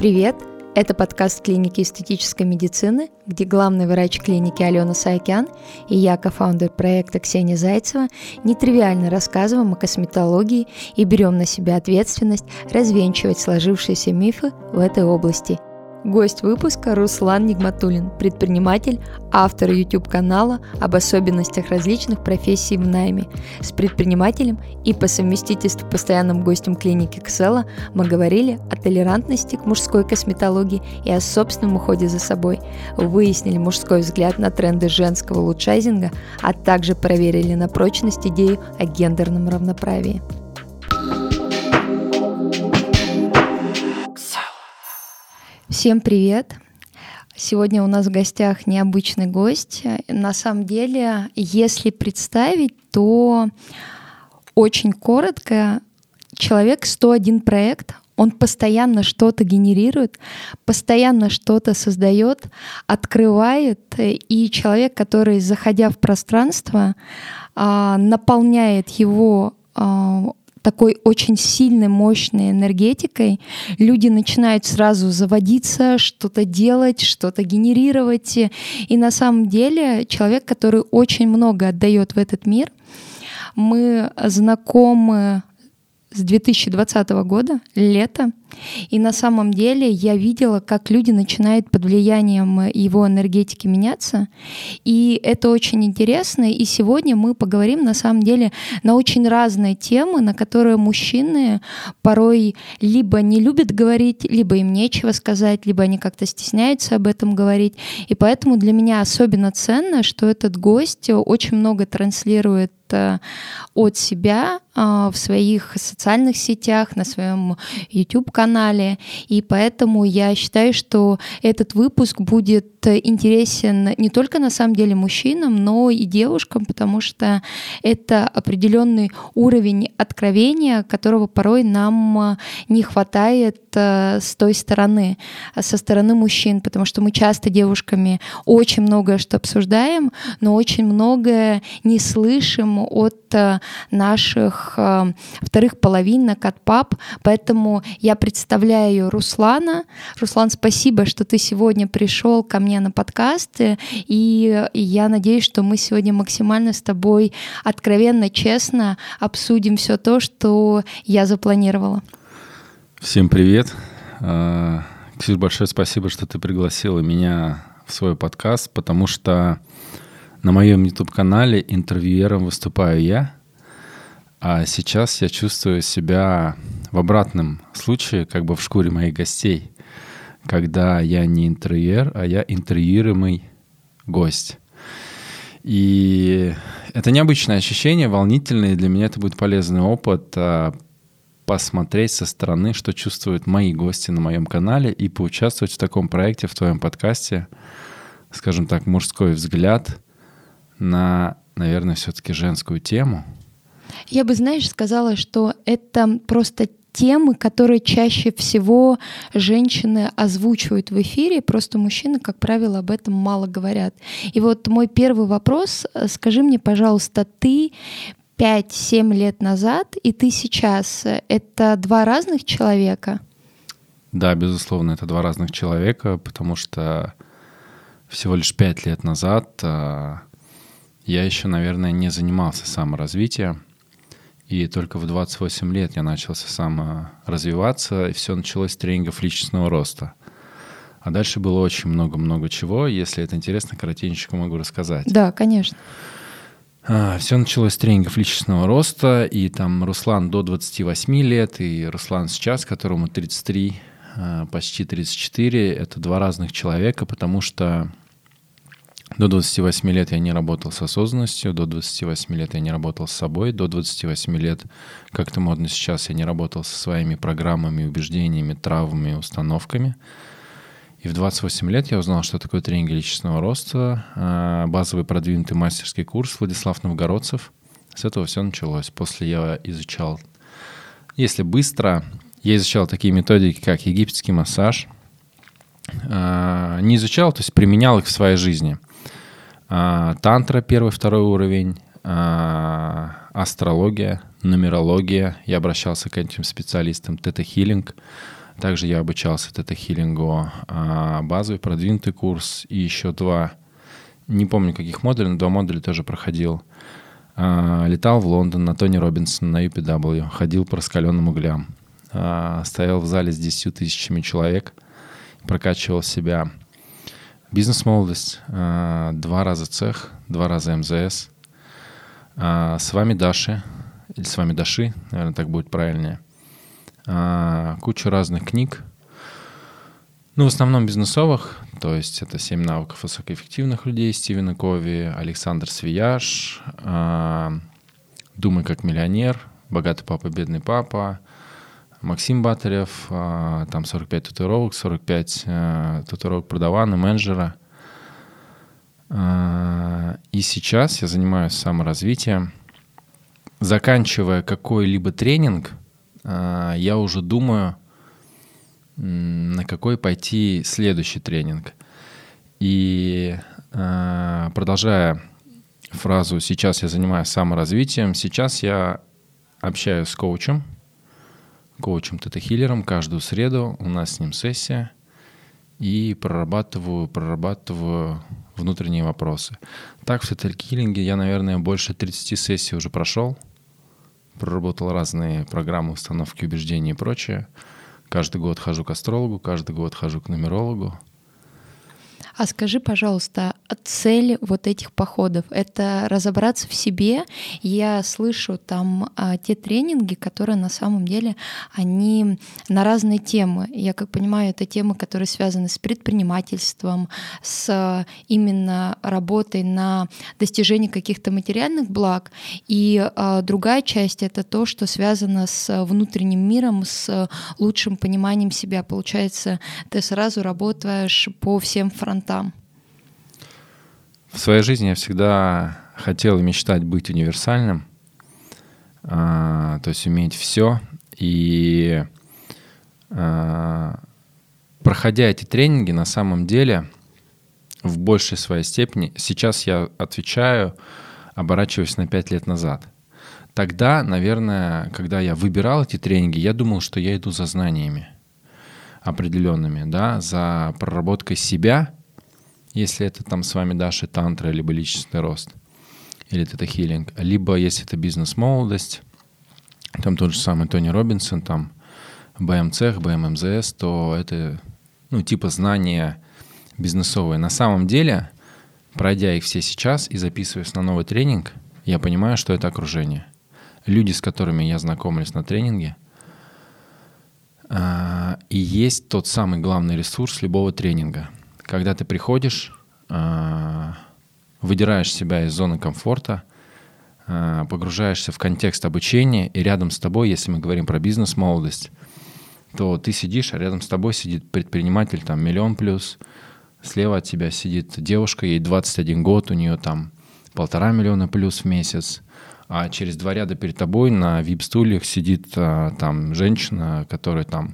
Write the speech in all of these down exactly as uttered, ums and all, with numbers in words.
Привет! Это подкаст клиники эстетической медицины, где главный врач клиники Алена Саакян и я, кофаундер проекта Ксения Зайцева, нетривиально рассказываем о косметологии и берем на себя ответственность развенчивать сложившиеся мифы в этой области. Гость выпуска Руслан Нигматуллин, предприниматель, автор YouTube-канала об особенностях различных профессий в найме. С предпринимателем и по совместительству постоянным гостем клиники Ксела мы говорили о толерантности к мужской косметологии и о собственном уходе за собой, выяснили мужской взгляд на тренды женского лучшайзинга, а также проверили на прочность идею о гендерном равноправии. Всем привет! Сегодня у нас в гостях необычный гость. На самом деле, если представить, то очень коротко, человек сто один проект, он постоянно что-то генерирует, постоянно что-то создает, открывает, и человек, который, заходя в пространство, наполняет его такой очень сильной, мощной энергетикой, люди начинают сразу заводиться, что-то делать, что-то генерировать. И на самом деле человек, который очень много отдает в этот мир, мы знакомы с две тысячи двадцатого года, лето, и на самом деле я видела, как люди начинают под влиянием его энергетики меняться, и это очень интересно, и сегодня мы поговорим на самом деле на очень разные темы, на которые мужчины порой либо не любят говорить, либо им нечего сказать, либо они как-то стесняются об этом говорить, и поэтому для меня особенно ценно, что этот гость очень много транслирует от себя в своих социальных сетях, на своем YouTube-канале. И поэтому я считаю, что этот выпуск будет интересен не только на самом деле мужчинам, но и девушкам, потому что это определенный уровень откровения, которого порой нам не хватает с той стороны, со стороны мужчин, потому что мы часто девушками очень многое что обсуждаем, но очень многое не слышим от наших вторых половинок, от пап. Поэтому я представляю Руслана. Руслан, спасибо, что ты сегодня пришел ко мне на подкаст, и я надеюсь, что мы сегодня максимально с тобой откровенно, честно обсудим все то, что я запланировала. Всем привет. Ксюш, большое спасибо, что ты пригласила меня в свой подкаст, потому что на моем YouTube-канале интервьюером выступаю я, а сейчас я чувствую себя в обратном случае, как бы в шкуре моих гостей, когда я не интервьюер, а я интервьюируемый гость. И это необычное ощущение, волнительное, и для меня это будет полезный опыт посмотреть со стороны, что чувствуют мои гости на моем канале, и поучаствовать в таком проекте, в твоем подкасте, скажем так, мужской взгляд на, наверное, все-таки женскую тему. Я бы, знаешь, сказала, что это просто темы, которые чаще всего женщины озвучивают в эфире, просто мужчины, как правило, об этом мало говорят. И вот мой первый вопрос, скажи мне, пожалуйста, ты пять-семь лет назад и ты сейчас — это два разных человека? Да, безусловно, это два разных человека, потому что всего лишь пять лет назад я еще, наверное, не занимался саморазвитием, и только в двадцать восемь лет я начался саморазвиваться, и все началось с тренингов личностного роста. А дальше было очень много-много чего. Если это интересно, коротенько могу рассказать. Да, конечно. А, все началось с тренингов личностного роста, и там Руслан до двадцати восьми лет, и Руслан сейчас, которому тридцать три, почти тридцать четыре, это два разных человека, потому что до двадцати восьми лет я не работал с осознанностью, до двадцати восьми лет я не работал с собой, до двадцати восьми лет, как это модно сейчас, я не работал со своими программами, убеждениями, травмами, установками. И в двадцать восемь лет я узнал, что такое тренинг личностного роста, базовый продвинутый мастерский курс Владислав Новгородцев. С этого все началось. После я изучал, если быстро, я изучал такие методики, как египетский массаж. Не изучал, то есть применял их в своей жизни. Тантра, первый, второй уровень, астрология, нумерология. Я обращался к этим специалистам, тета-хилинг, Также я обучался тета-хиллингу, базовый, продвинутый курс и еще два, не помню каких модулей, но два модуля тоже проходил. Летал в Лондон на Тони Робинсона, на ю пи дабл ю, ходил по раскаленным углям, стоял в зале с десятью тысячами человек, прокачивал себя. Бизнес-молодость, два раза цех, два раза эм зэ эс. С вами Даши, или с вами Даши, наверное, так будет правильнее. Кучу разных книг, ну, в основном бизнесовых, то есть это «Семь навыков высокоэффективных людей» Стивена Кови, Александр Свияж, «Думай как миллионер», «Богатый папа, бедный папа», Максим Батарев, там сорок пять татуировок, сорок пять татуировок продавана, менеджера. И сейчас я занимаюсь саморазвитием. Заканчивая какой-либо тренинг, я уже думаю, на какой пойти следующий тренинг. И продолжая фразу «сейчас я занимаюсь саморазвитием», сейчас я общаюсь с коучем, коучем тета-хиллером каждую среду, у нас с ним сессия, и прорабатываю, прорабатываю внутренние вопросы. Так, в тета-хиллинге я, наверное, больше тридцати сессий уже прошел, проработал разные программы, установки, убеждений и прочее. Каждый год хожу к астрологу, каждый год хожу к нумерологу. А скажи, пожалуйста, цель вот этих походов — это разобраться в себе? Я слышу там а, те тренинги, которые на самом деле, они на разные темы. Я как понимаю, это темы, которые связаны с предпринимательством, с именно работой на достижение каких-то материальных благ. И а, другая часть — это то, что связано с внутренним миром, с лучшим пониманием себя. Получается, ты сразу работаешь по всем фронтам. В своей жизни я всегда хотел и мечтать быть универсальным, а, то есть уметь все. И а, проходя эти тренинги, на самом деле, в большей своей степени, сейчас я отвечаю, оборачиваясь на пять лет назад. Тогда, наверное, когда я выбирал эти тренинги, я думал, что я иду за знаниями определенными, да, за проработкой себя, если это там с вами Даша тантра, либо личностный рост, или тета-хиллинг, либо если это бизнес-молодость, там тот же самый Тони Робинсон, там бэ эм-цех, бэ эм-эм зэ эс, то это, ну, типа знания бизнесовые. На самом деле, пройдя их все сейчас и записываясь на новый тренинг, я понимаю, что это окружение. Люди, с которыми я знакомлюсь на тренинге, и есть тот самый главный ресурс любого тренинга. Когда ты приходишь, выдираешь себя из зоны комфорта, погружаешься в контекст обучения, и рядом с тобой, если мы говорим про бизнес-молодость, то ты сидишь, а рядом с тобой сидит предприниматель, там, миллион плюс, слева от тебя сидит девушка, ей двадцать один год, у нее там полтора миллиона плюс в месяц, а через два ряда перед тобой на ви ай пи-стульях сидит а, там женщина, которая там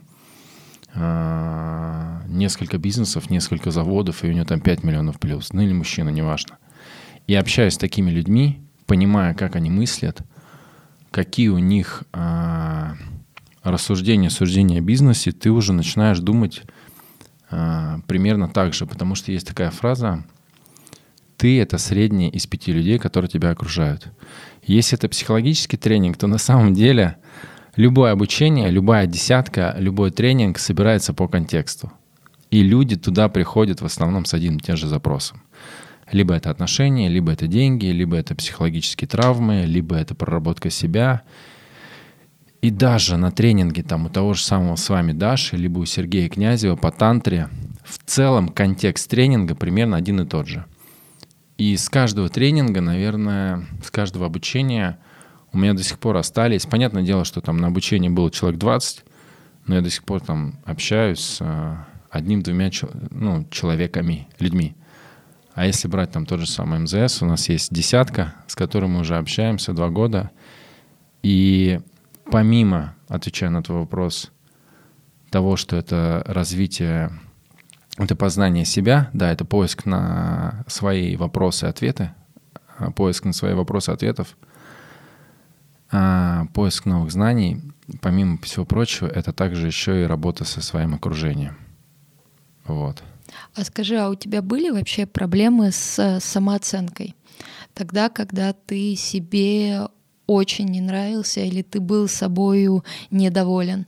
а, несколько бизнесов, несколько заводов, и у нее там пять миллионов плюс, ну или мужчина, неважно. И общаясь с такими людьми, понимая, как они мыслят, какие у них а, рассуждения, суждения о бизнесе, ты уже начинаешь думать а, примерно так же, потому что есть такая фраза: ты — это средний из пяти людей, которые тебя окружают. Если это психологический тренинг, то на самом деле любое обучение, любая десятка, любой тренинг собирается по контексту. И люди туда приходят в основном с одним и тем же запросом. Либо это отношения, либо это деньги, либо это психологические травмы, либо это проработка себя. И даже на тренинге там, у того же самого с вами Даши, либо у Сергея Князева по тантре, в целом контекст тренинга примерно один и тот же. И с каждого тренинга, наверное, с каждого обучения у меня до сих пор остались. Понятное дело, что там на обучении было человек двадцать, но я до сих пор там общаюсь с одним-двумя ну, человеками, людьми. А если брать там тот же самый эм зэ эс, у нас есть десятка, с которой мы уже общаемся два года. И помимо, отвечая на твой вопрос, того, что это развитие, это познание себя, да, это поиск на свои вопросы и ответы, поиск на свои вопросы и ответов, поиск новых знаний. помимо всего прочего, это также еще и работа со своим окружением. Вот. А скажи, а у тебя были вообще проблемы с самооценкой? Тогда, когда ты себе очень не нравился или ты был собою недоволен?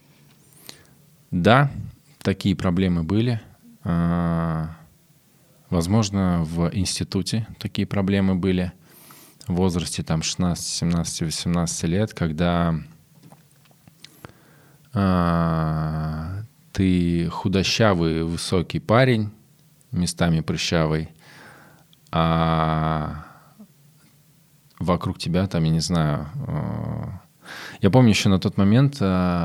Да, такие проблемы были. Возможно, в институте такие проблемы были в возрасте там шестнадцать, семнадцать, восемнадцать лет, когда ты худощавый, высокий парень, местами прыщавый, а вокруг тебя там, я не знаю... Я помню еще на тот момент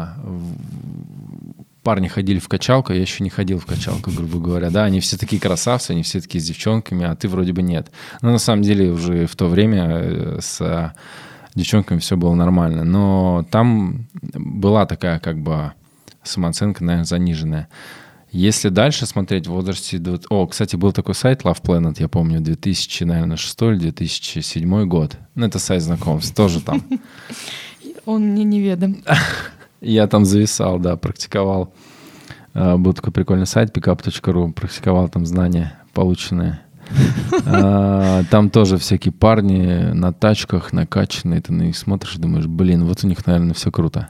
парни ходили в качалку, я еще не ходил в качалку, грубо говоря. Да, они все такие красавцы, они все такие с девчонками, а ты вроде бы нет. Но на самом деле уже в то время с девчонками все было нормально. Но там была такая как бы самооценка, наверное, заниженная. Если дальше смотреть в возрасте... О, кстати, был такой сайт Love Planet, я помню, две тысячи шестой или две тысячи седьмой год. Ну, это сайт знакомств, тоже там. Он мне неведом. Я там зависал, да, практиковал. Был такой прикольный сайт пикап точка ру, практиковал там знания полученные. Там тоже всякие парни на тачках, накачанные. Ты на них смотришь и думаешь, блин, вот у них, наверное, все круто.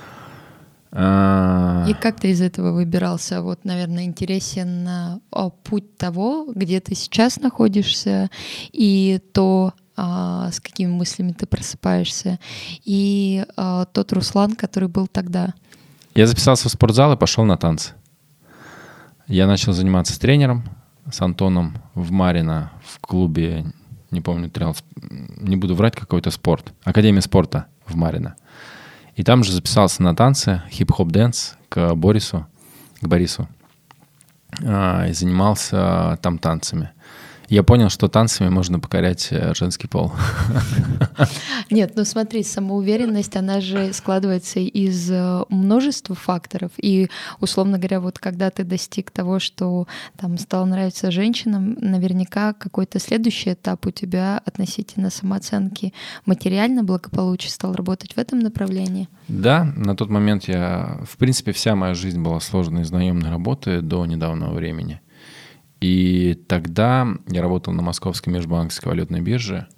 И как ты из этого выбирался? Вот, наверное, интересен о, путь того, где ты сейчас находишься, и то, а, с какими мыслями ты просыпаешься, и а, тот Руслан, который был тогда. Я записался в спортзал и пошел на танцы. Я начал заниматься с тренером, с Антоном в Марино, в клубе, не помню, не буду врать, какой-то спорт, Академия спорта в Марино. И там же записался на танцы, хип-хоп-дэнс к Борису, к Борису. И занимался там танцами. Я понял, что танцами можно покорять женский пол. Нет, ну смотри, самоуверенность, она же складывается из множества факторов. И, условно говоря, вот когда ты достиг того, что там стало нравиться женщинам, наверняка какой-то следующий этап у тебя относительно самооценки материально благополучия стал работать в этом направлении. Да, на тот момент я... В принципе, вся моя жизнь была сложена из наемной работы до недавнего времени. И тогда я работал на Московской межбанковской валютной бирже.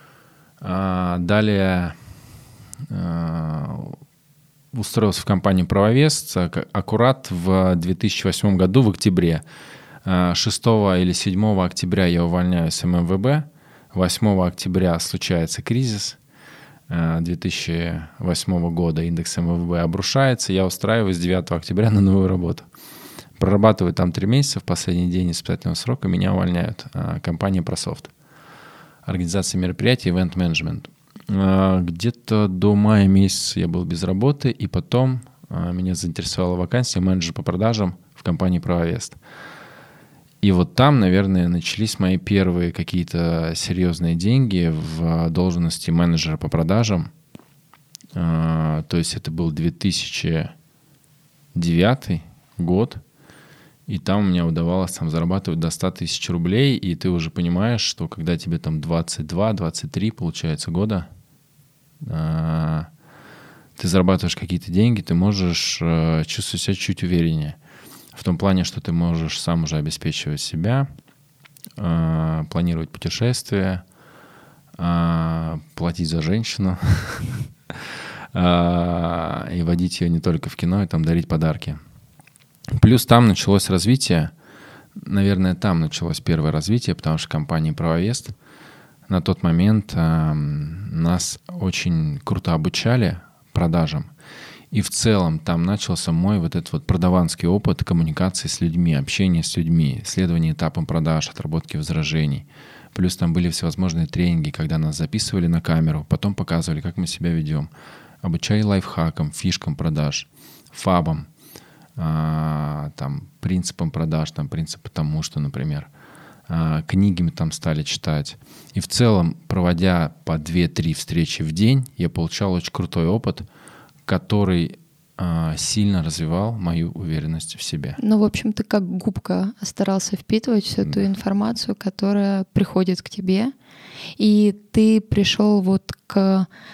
Далее устроился в компанию «Правовес» аккурат в две тысячи восьмом году, в октябре. шестого или седьмого октября я увольняюсь с эм эм вэ бэ. восьмого октября случается кризис две тысячи восьмого года. Индекс эм эм вэ бэ обрушается. Я устраиваюсь девятого октября на новую работу. Прорабатываю там три месяца, в последний день испытательного срока меня увольняют. Компания ProSoft. Организация мероприятий, event management. Где-то до мая месяца я был без работы, и потом меня заинтересовала вакансия менеджер по продажам в компании Правовест. И вот там, наверное, начались мои первые какие-то серьезные деньги в должности менеджера по продажам. То есть это был две тысячи девятый год. И там у меня удавалось там зарабатывать до ста тысяч рублей, и ты уже понимаешь, что когда тебе там двадцать два двадцать три, получается, года, э, ты зарабатываешь какие-то деньги, ты можешь э, чувствовать себя чуть увереннее. В том плане, что ты можешь сам уже обеспечивать себя, э, планировать путешествия, э, платить за женщину э, и водить ее не только в кино, и там дарить подарки. Плюс там началось развитие, наверное, там началось первое развитие, потому что компания «Правовест» на тот момент э, нас очень круто обучали продажам. И в целом там начался мой вот этот вот продаванский опыт коммуникации с людьми, общения с людьми, исследования этапом продаж, отработки возражений. Плюс там были всевозможные тренинги, когда нас записывали на камеру, потом показывали, как мы себя ведем. Обучали лайфхакам, фишкам продаж, фабам. А, там, принципам продаж, там, принципы тому, что, например, а, книги мы там стали читать. И в целом, проводя по две-три встречи в день, я получал очень крутой опыт, который а, сильно развивал мою уверенность в себе. Ну, в общем, ты как губка старался впитывать всю эту информацию, которая приходит к тебе, и ты пришел вот к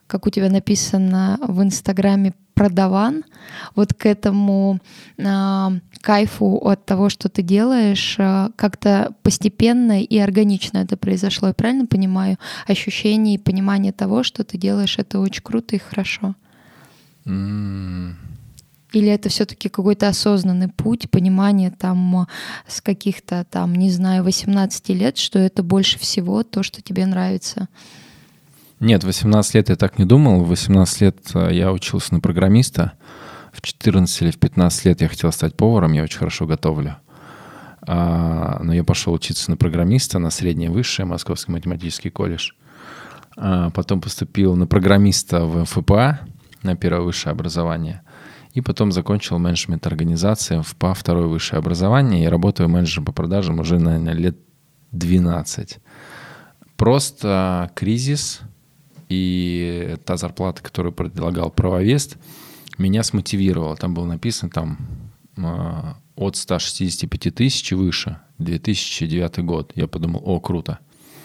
как у тебя написано в Инстаграме, продаван, вот к этому э, кайфу от того, что ты делаешь, э, как-то постепенно и органично это произошло. Я правильно понимаю? Ощущение и понимание того, что ты делаешь, это очень круто и хорошо. Mm. Или это все-таки какой-то осознанный путь, понимание там с каких-то там, не знаю, восемнадцати лет, что это больше всего то, что тебе нравится? Нет, в восемнадцать лет я так не думал. В восемнадцать лет я учился на программиста. В четырнадцать или в пятнадцать лет я хотел стать поваром, я очень хорошо готовлю. А, но я пошел учиться на программиста, на среднее высшее, Московский математический колледж. А, потом поступил на программиста в эм эф пэ а, на первое высшее образование. И потом закончил менеджмент организации в ПА, второе высшее образование. И работаю менеджером по продажам уже, наверное, лет двенадцать. Просто кризис и та зарплата, которую предлагал правовест, меня смотивировала. Там было написано там от ста шестидесяти пяти тысяч и выше, две тысячи девятый год. Я подумал, о, круто.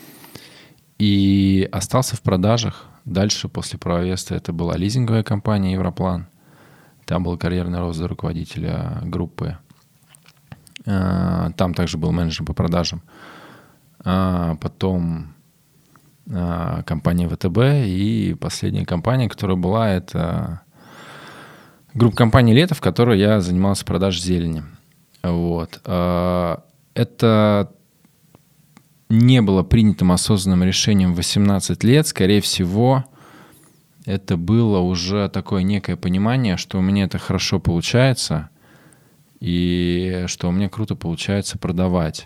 И остался в продажах. Дальше, после правовеста, это была лизинговая компания «Европлан». Там был карьерный рост до руководителя группы. Там также был менеджер по продажам. Потом компания вэ тэ бэ и последняя компания, которая была, это группа компаний «Лето», в которой я занимался продажей зелени. Вот. Это не было принятым осознанным решением в восемнадцать лет. Скорее всего, это было уже такое некое понимание, что у меня это хорошо получается и что у меня круто получается продавать,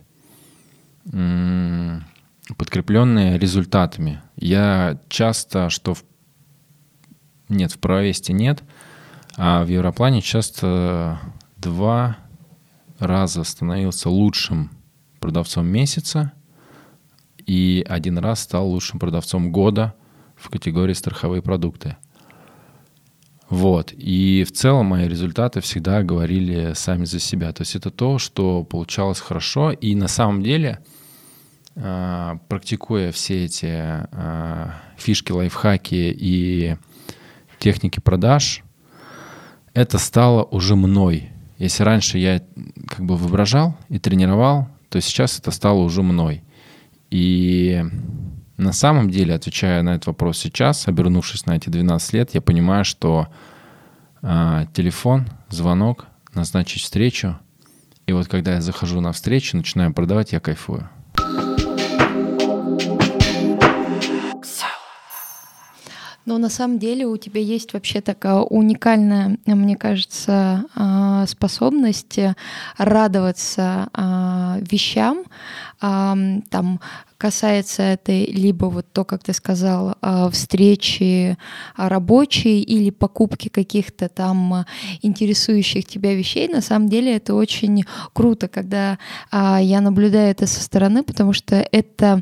подкрепленные результатами. Я часто, что в... нет, в правовесте нет, а в Европлане часто два раза становился лучшим продавцом месяца и один раз стал лучшим продавцом года в категории страховые продукты. Вот. И в целом мои результаты всегда говорили сами за себя. То есть это то, что получалось хорошо. И на самом деле, практикуя все эти фишки, лайфхаки и техники продаж, это стало уже мной. Если раньше я как бы воображал и тренировал, то сейчас это стало уже мной. И на самом деле, отвечая на этот вопрос сейчас, обернувшись на эти двенадцать лет, я понимаю, что э, телефон, звонок, назначить встречу, и вот когда я захожу на встречу, начинаю продавать, я кайфую. Но на самом деле у тебя есть вообще такая уникальная, мне кажется, способность радоваться вещам. Там касается это либо вот то, как ты сказал, встречи рабочие или покупки каких-то там интересующих тебя вещей. На самом деле это очень круто, когда я наблюдаю это со стороны, потому что это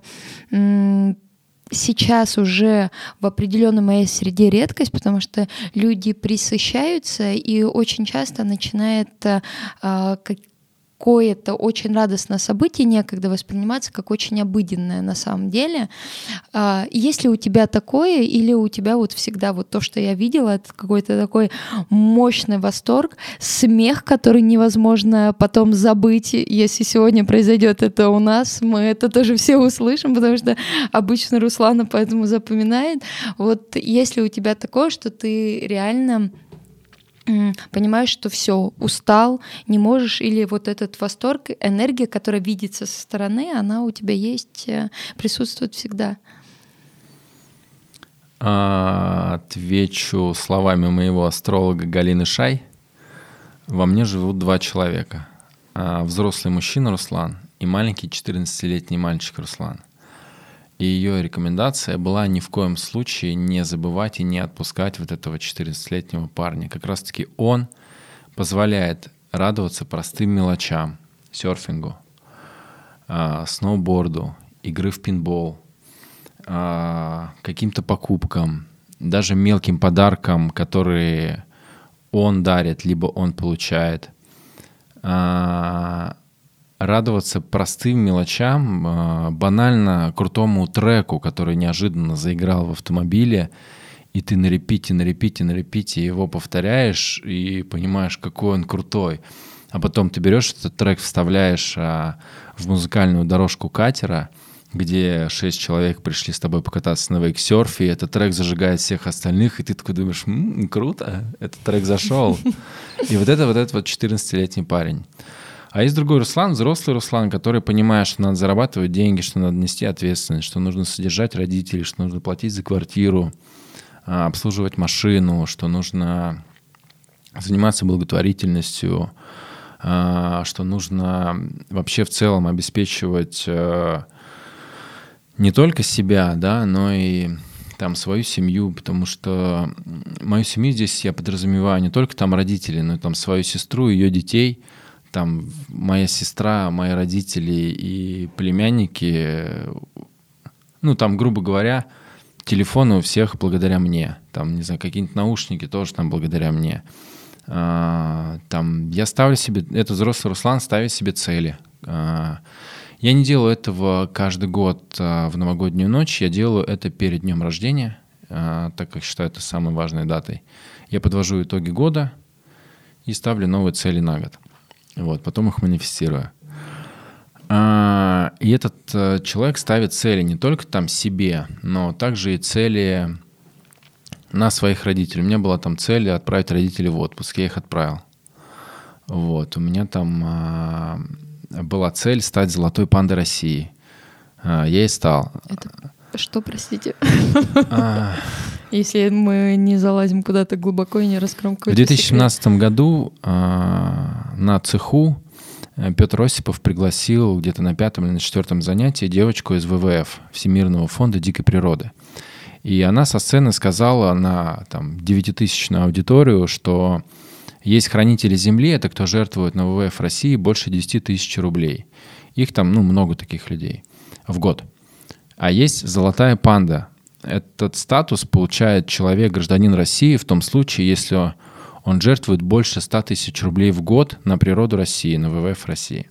сейчас уже в определенной моей среде редкость, потому что люди присыщаются и очень часто начинает а, какое-то очень радостное событие некогда восприниматься как очень обыденное на самом деле. А, есть ли у тебя такое, или у тебя вот всегда вот то, что я видела, это какой-то такой мощный восторг, смех, который невозможно потом забыть, если сегодня произойдет это у нас, мы это тоже все услышим, потому что обычно Руслана поэтому запоминает. Вот есть ли у тебя такое, что ты реально понимаешь, что все, устал, не можешь, или вот этот восторг, энергия, которая видится со стороны, она у тебя есть, присутствует всегда? Отвечу словами моего астролога Галины Шай. Во мне живут два человека. Взрослый мужчина Руслан и маленький четырнадцатилетний мальчик Руслан. И ее рекомендация была ни в коем случае не забывать и не отпускать вот этого четырнадцатилетнего парня. Как раз-таки он позволяет радоваться простым мелочам, серфингу, сноуборду, игры в пейнтбол, каким-то покупкам, даже мелким подаркам, которые он дарит, либо он получает. Радоваться простым мелочам, банально крутому треку, который неожиданно заиграл в автомобиле, и ты на репите, на репите, на репите его повторяешь и понимаешь, какой он крутой. А потом ты берешь этот трек, вставляешь а, в музыкальную дорожку катера, где шесть человек пришли с тобой покататься на вейксерфе, и этот трек зажигает всех остальных, и ты такой думаешь, м-м, круто, этот трек зашел. И вот это вот этот вот четырнадцатилетний парень. А есть другой Руслан, взрослый Руслан, который понимает, что надо зарабатывать деньги, что надо нести ответственность, что нужно содержать родителей, что нужно платить за квартиру, обслуживать машину, что нужно заниматься благотворительностью, что нужно вообще в целом обеспечивать не только себя, да, но и там свою семью, потому что мою семью здесь я подразумеваю не только там родители, но и там свою сестру, ее детей. Там моя сестра, мои родители и племянники, ну, там, грубо говоря, телефоны у всех благодаря мне. Там, не знаю, какие-нибудь наушники тоже там благодаря мне. А, там я ставлю себе, этот взрослый Руслан ставит себе цели. А, я не делаю этого каждый год а, в новогоднюю ночь, я делаю это перед днем рождения, а, так как считаю это самой важной датой. Я подвожу итоги года и ставлю новые цели на год. Вот, потом их манифестирую. А, и этот а, человек ставит цели не только там себе, но также и цели на своих родителей. У меня была там цель отправить родителей в отпуск, я их отправил. Вот, у меня там а, была цель стать золотой пандой России. А, я и стал. Это что, простите? А... Если мы не залазим куда-то глубоко и не раскроем какой-то В две тысячи семнадцатом году э, на цеху Петр Осипов пригласил где-то на пятом или на четвертом занятии девочку из вэ вэ эф, Всемирного фонда дикой природы. И она со сцены сказала на там, девятитысячную аудиторию, что есть хранители земли, это кто жертвует на вэ вэ эф России больше десять тысяч рублей. Их там ну, много таких людей в год. А есть золотая панда. Этот статус получает человек, гражданин России, в том случае, если он жертвует больше ста тысяч рублей в год на природу России, на вэ вэ эф России.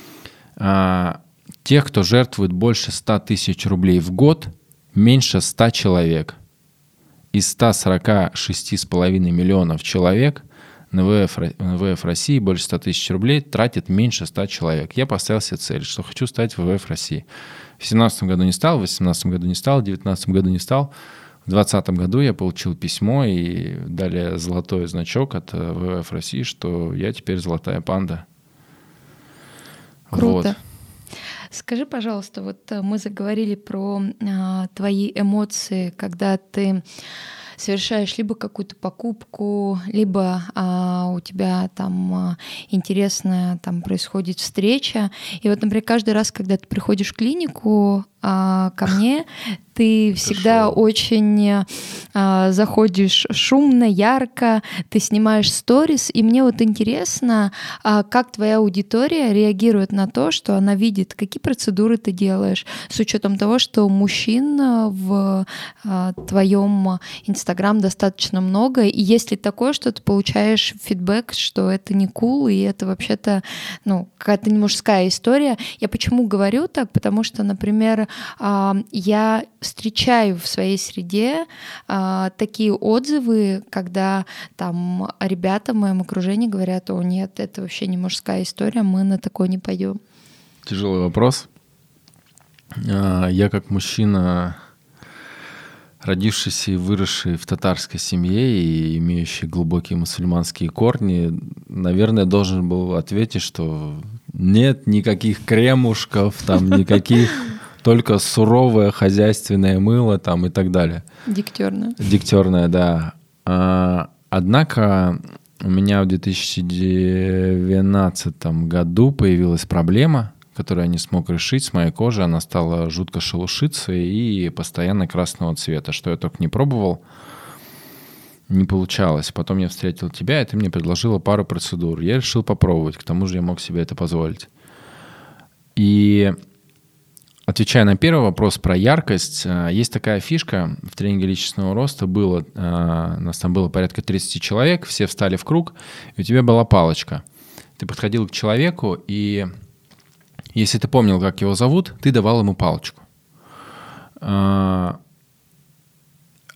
А тех, кто жертвует больше ста тысяч рублей в год, меньше ста человек. Из ста сорока шести с половиной миллионов человек на вэ вэ эф России больше ста тысяч рублей тратит меньше ста человек. Я поставил себе цель, что хочу стать вэ вэ эф России. В семнадцатом году не стал, в восемнадцатом году не стал, в девятнадцатом году не стал. В двадцатом году я получил письмо и дали золотой значок от вэ вэ эф России, что я теперь золотая панда. Круто. Вот. Скажи, пожалуйста, вот мы заговорили про а, твои эмоции, когда ты совершаешь либо какую-то покупку, либо а, у тебя там а, интересная там происходит встреча. И вот, например, каждый раз, когда ты приходишь в клинику а, ко мне, ты всегда Хорошо. очень а, заходишь шумно, ярко, ты снимаешь сторис, и мне вот интересно, а, как твоя аудитория реагирует на то, что она видит, какие процедуры ты делаешь, с учетом того, что мужчин в а, твоем Инстаграм достаточно много, и есть ли такое, что ты получаешь фидбэк, что это не кул, и это вообще-то ну, какая-то не мужская история. Я почему говорю так? Потому что, например, а, я встречаю в своей среде а, такие отзывы, когда там ребята в моем окружении говорят: о нет, это вообще не мужская история, мы на такое не пойдем. Тяжелый вопрос. Я как мужчина, родившийся и выросший в татарской семье и имеющий глубокие мусульманские корни, наверное, должен был ответить, что нет никаких кремушков, там никаких, только суровое хозяйственное мыло там и так далее. Дегтярное. Дегтярное, да. А, однако у меня в две тысячи девятнадцатом году появилась проблема, которую я не смог решить с моей кожей. Она стала жутко шелушиться и постоянно красного цвета. Что я только не пробовал, не получалось. Потом я встретил тебя, и ты мне предложила пару процедур. Я решил попробовать, к тому же я мог себе это позволить. И отвечая на первый вопрос про яркость, есть такая фишка в тренинге личностного роста. Было, у нас там было порядка тридцать человек, все встали в круг, и у тебя была палочка. Ты подходил к человеку, и если ты помнил, как его зовут, ты давал ему палочку.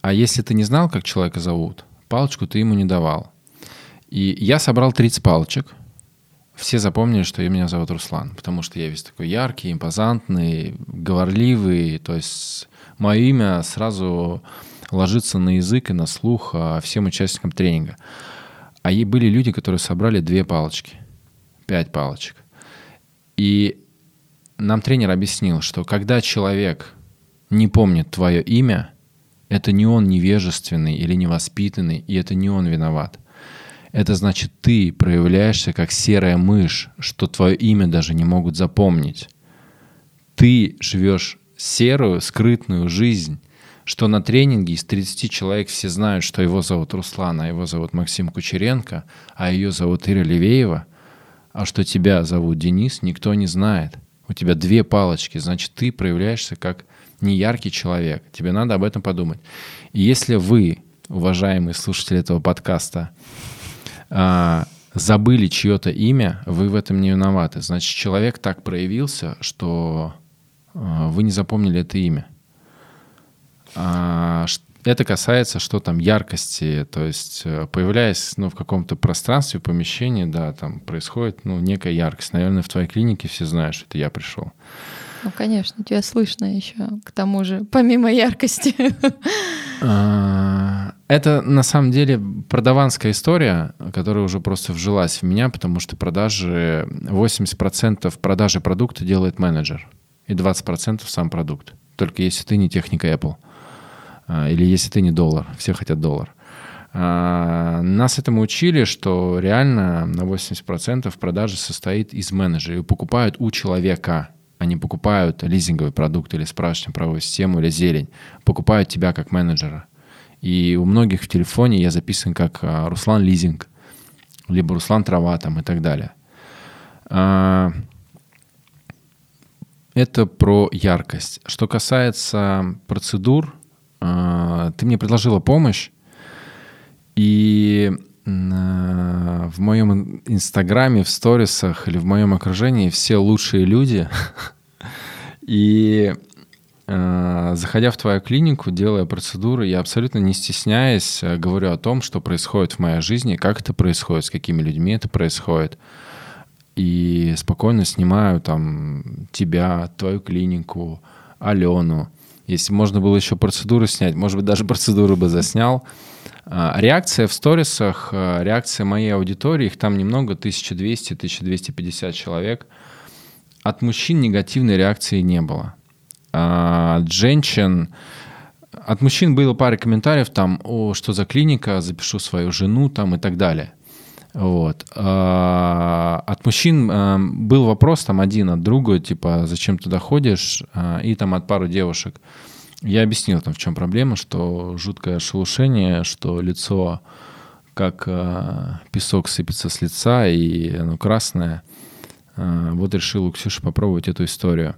А если ты не знал, как человека зовут, палочку ты ему не давал. И я собрал тридцать палочек. Все запомнили, что меня зовут Руслан, потому что я весь такой яркий, импозантный, говорливый. То есть мое имя сразу ложится на язык и на слух всем участникам тренинга. А и были люди, которые собрали две палочки, пять палочек. И нам тренер объяснил, что когда человек не помнит твое имя, это не он невежественный или невоспитанный, и это не он виноват. Это значит, ты проявляешься как серая мышь, что твое имя даже не могут запомнить. Ты живешь серую, скрытную жизнь, что на тренинге из тридцати человек все знают, что его зовут Руслан, а его зовут Максим Кучеренко, а ее зовут Ира Левеева, а что тебя зовут Денис, никто не знает. У тебя две палочки, значит, ты проявляешься как неяркий человек. Тебе надо об этом подумать. И если вы, уважаемые слушатели этого подкаста, забыли чье-то имя, вы в этом не виноваты. Значит, человек так проявился, что вы не запомнили это имя. Это касается, что там яркости, то есть появляясь ну, в каком-то пространстве, помещении, да, там происходит ну, некая яркость. Наверное, в твоей клинике все знают, что это я пришел. Ну, конечно, тебя слышно еще, к тому же, помимо яркости. Это, на самом деле, продаванская история, которая уже просто вжилась в меня, потому что продажи, восемьдесят процентов продажи продукта делает менеджер, и двадцать процентов сам продукт. Только если ты не техника Apple, или если ты не доллар, все хотят доллар. Нас этому учили, что реально на восемьдесят процентов продажи состоит из менеджера, и покупают у человека. Они покупают лизинговый продукт или справочную правовую систему или зелень. Покупают тебя как менеджера. И у многих в телефоне я записан как Руслан Лизинг, либо Руслан Трава там, и так далее. Это про яркость. Что касается процедур, ты мне предложила помощь, и в моем инстаграме, в сторисах или в моем окружении все лучшие люди. И э, заходя в твою клинику, делая процедуры, я абсолютно не стесняясь говорю о том, что происходит в моей жизни, как это происходит, с какими людьми это происходит. И спокойно снимаю там тебя, твою клинику, Алену. Если можно было еще процедуру снять, может быть, даже процедуру бы заснял. Реакция в сторисах, реакция моей аудитории, их там немного, тысяча двести - тысяча двести пятьдесят человек. От мужчин негативной реакции не было. От женщин... От мужчин было пара комментариев там, о, что за клиника, запишу свою жену там и так далее. Вот. От мужчин был вопрос там один от друга, типа, зачем туда ходишь, и там от пары девушек. Я объяснил, там, в чем проблема, что жуткое шелушение, что лицо как э, песок сыпется с лица, и оно красное. Э, вот решил у Ксюши попробовать эту историю.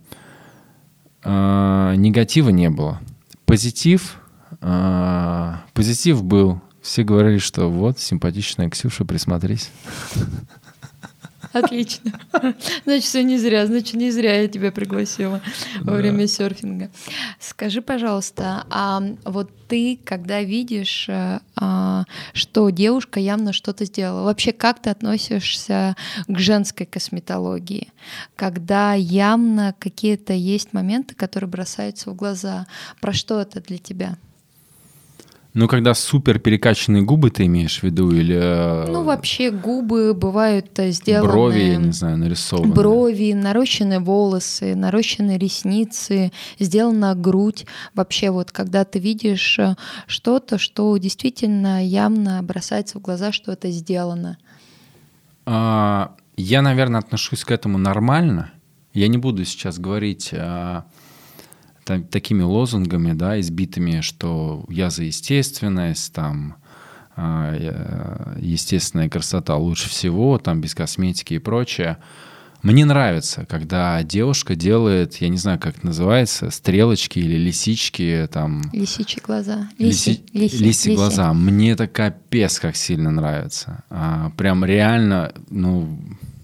Э, негатива не было. Позитив, э, позитив был. Все говорили, что вот, симпатичная Ксюша, присмотрись. Отлично. Значит, все не зря. Значит, не зря я тебя пригласила во да. время серфинга. Скажи, пожалуйста, а вот ты, когда видишь, а, что девушка явно что-то сделала, вообще как ты относишься к женской косметологии? Когда явно какие-то есть моменты, которые бросаются в глаза. Про что это для тебя? Ну, когда супер перекачанные губы ты имеешь в виду или... Ну, вообще губы бывают сделаны... Брови, я не знаю, нарисованы. Брови, нарощенные волосы, нарощенные ресницы, сделана грудь. Вообще вот когда ты видишь что-то, что действительно явно бросается в глаза, что это сделано. А, я, наверное, отношусь к этому нормально. Я не буду сейчас говорить... Там, такими лозунгами, да, избитыми, что я за естественность, там, э, естественная красота лучше всего, там, без косметики и прочее. Мне нравится, когда девушка делает, я не знаю, как это называется, стрелочки или лисички, там... Лисичьи глаза. Лиси, лиси, лиси, лиси глаза. Мне это капец как сильно нравится. А, прям реально, ну...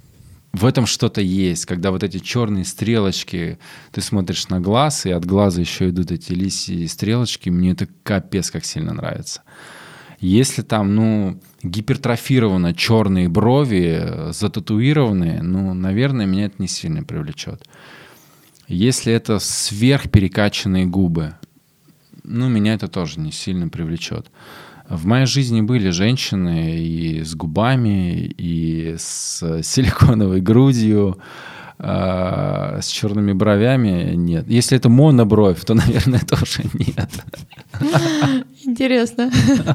в этом что-то есть, когда вот эти черные стрелочки, ты смотришь на глаз, и от глаза еще идут эти лисьи стрелочки, мне это капец как сильно нравится. Если там, ну, гипертрофировано черные брови, зататуированные, ну, наверное, меня это не сильно привлечет. Если это сверхперекачанные губы, ну, меня это тоже не сильно привлечет. В моей жизни были женщины и с губами, и с силиконовой грудью, э, с черными бровями. Нет. Если это монобровь, то, наверное, тоже нет. Интересно.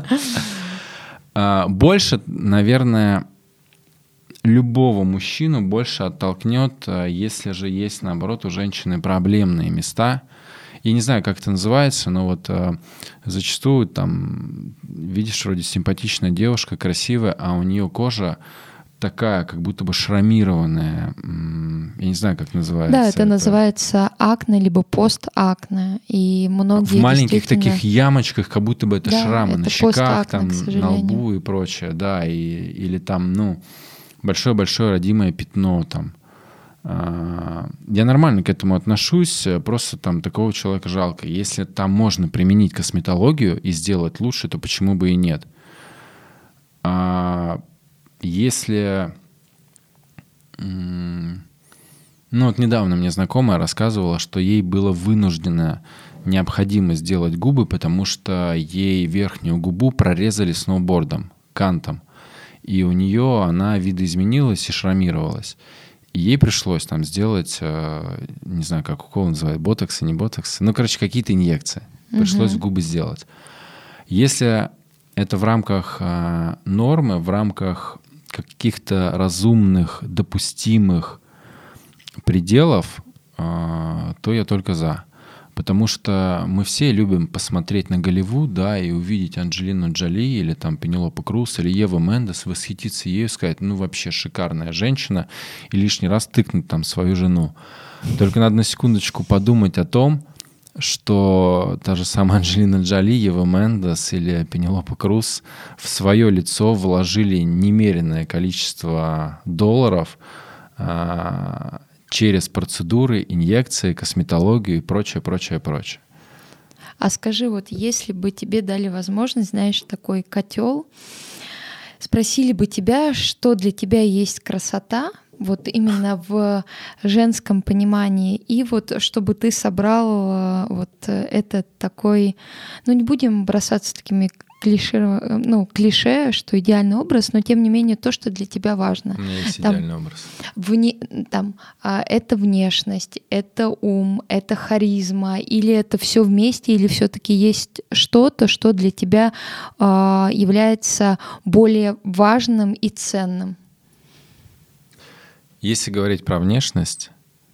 Больше, наверное, любого мужчину больше оттолкнет, если же есть, наоборот, у женщины проблемные места. Я не знаю, как это называется, но вот э, зачастую там видишь, вроде симпатичная девушка, красивая, а у нее кожа такая, как будто бы шрамированная. Я не знаю, как называется. Да, это, это. называется акне, либо постакне. И многие в маленьких действительно... таких ямочках, как будто бы это да, шрамы это на щеках, там, на лбу и прочее. Да, и, или там, ну, большое-большое родимое пятно там. Я нормально к этому отношусь, просто там такого человека жалко. Если там можно применить косметологию и сделать лучше, то почему бы и нет? А если... Ну вот недавно мне знакомая рассказывала, что ей было вынуждено необходимо сделать губы, потому что ей верхнюю губу прорезали сноубордом, кантом. И у нее она видоизменилась и шрамировалась. И ей пришлось там сделать, не знаю, как укол называют, ботоксы, не ботоксы. Ну, короче, какие-то инъекции. Пришлось uh-huh. губы сделать. Если это в рамках э, нормы, в рамках каких-то разумных, допустимых пределов, э, то я только за. Потому что мы все любим посмотреть на Голливуд, да, и увидеть Анджелину Джоли или там Пенелопу Круз или Еву Мендес, восхититься ею, сказать, ну вообще шикарная женщина, и лишний раз тыкнуть там свою жену. Только надо на секундочку подумать о том, что та же самая Анджелина Джоли, Ева Мендес или Пенелопа Круз в свое лицо вложили немеренное количество долларов а, через процедуры, инъекции, косметологию и прочее, прочее, прочее. А скажи, вот если бы тебе дали возможность, знаешь, такой котел, спросили бы тебя, что для тебя есть красота, вот именно в женском понимании, и вот чтобы ты собрал вот этот такой, ну не будем бросаться такими клише, ну, клише, что идеальный образ, но тем не менее то, что для тебя важно. У меня есть там, идеальный образ. Вне, там, а, это внешность, это ум, это харизма, или это все вместе, или все-таки есть что-то, что для тебя а, является более важным и ценным? Если говорить про внешность,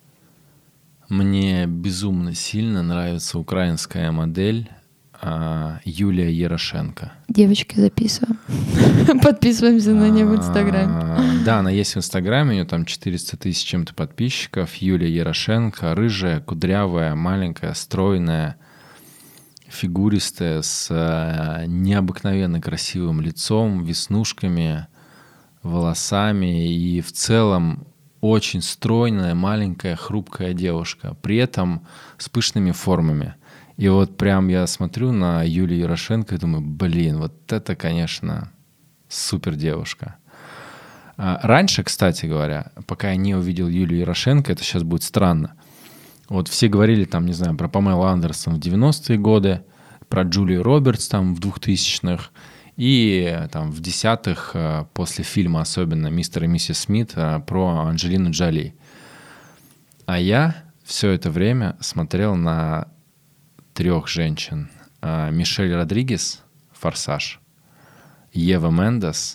мне безумно сильно нравится украинская модель Юлия Ярошенко. Девочки, записываем. Подписываемся на нее в Инстаграме. Да, она есть в Инстаграме, у нее там четыреста тысяч чем-то подписчиков. Юлия Ярошенко, рыжая, кудрявая, маленькая, стройная, фигуристая, с необыкновенно красивым лицом, веснушками, волосами и в целом очень стройная, маленькая, хрупкая девушка, при этом с пышными формами. И вот прям я смотрю на Юлию Ярошенко и думаю, блин, вот это, конечно, супер девушка. Раньше, кстати говоря, пока я не увидел Юлию Ярошенко, это сейчас будет странно. Вот все говорили там, не знаю, про Памелу Андерсон в девяностые годы, про Джулию Робертс там в двухтысячных, и там в десятых, после фильма особенно «Мистер и миссис Смит», про Анджелину Джоли. А я все это время смотрел на трех женщин. Мишель Родригес, «Форсаж», Ева Мендес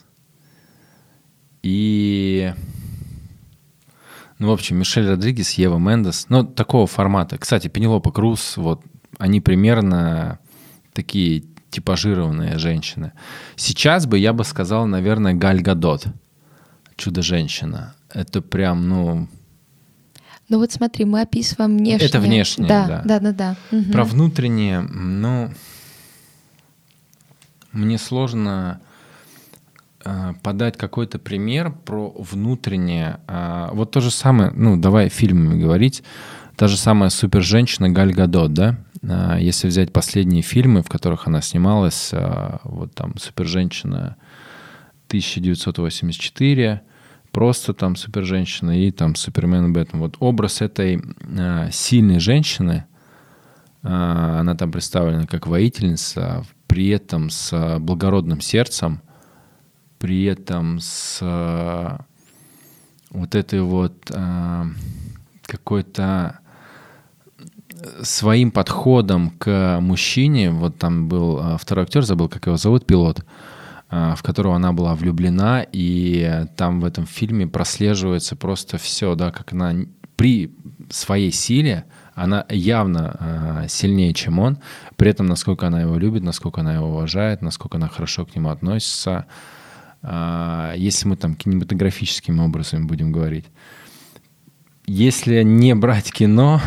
и... Ну, в общем, Мишель Родригес, Ева Мендес. Ну, такого формата. Кстати, Пенелопа Круз, вот, они примерно такие типажированные женщины. Сейчас бы я бы сказал, наверное, Галь Гадот. Чудо-женщина. Это прям, ну... Ну вот смотри, мы описываем внешнее. Это внешнее, да. Да, да, да, да. Угу. Про внутреннее, ну... Мне сложно подать какой-то пример про внутреннее. Вот то же самое, ну, давай фильмами говорить, та же самая супер-женщина Галь Гадот, да? Если взять последние фильмы, в которых она снималась, вот там «Супер-женщина» тысяча девятьсот восемьдесят четыре, просто там «Супер-женщина» и там «Супермен Бэтмен». Вот образ этой сильной женщины, она там представлена как воительница, при этом с благородным сердцем, при этом с вот этой вот какой-то своим подходом к мужчине. Вот там был второй актер, забыл, как его зовут, пилот, в которого она была влюблена, и там в этом фильме прослеживается просто все, да, как она при своей силе, она явно сильнее, чем он, при этом насколько она его любит, насколько она его уважает, насколько она хорошо к нему относится, если мы там кинематографическим образом будем говорить. Если не брать кино...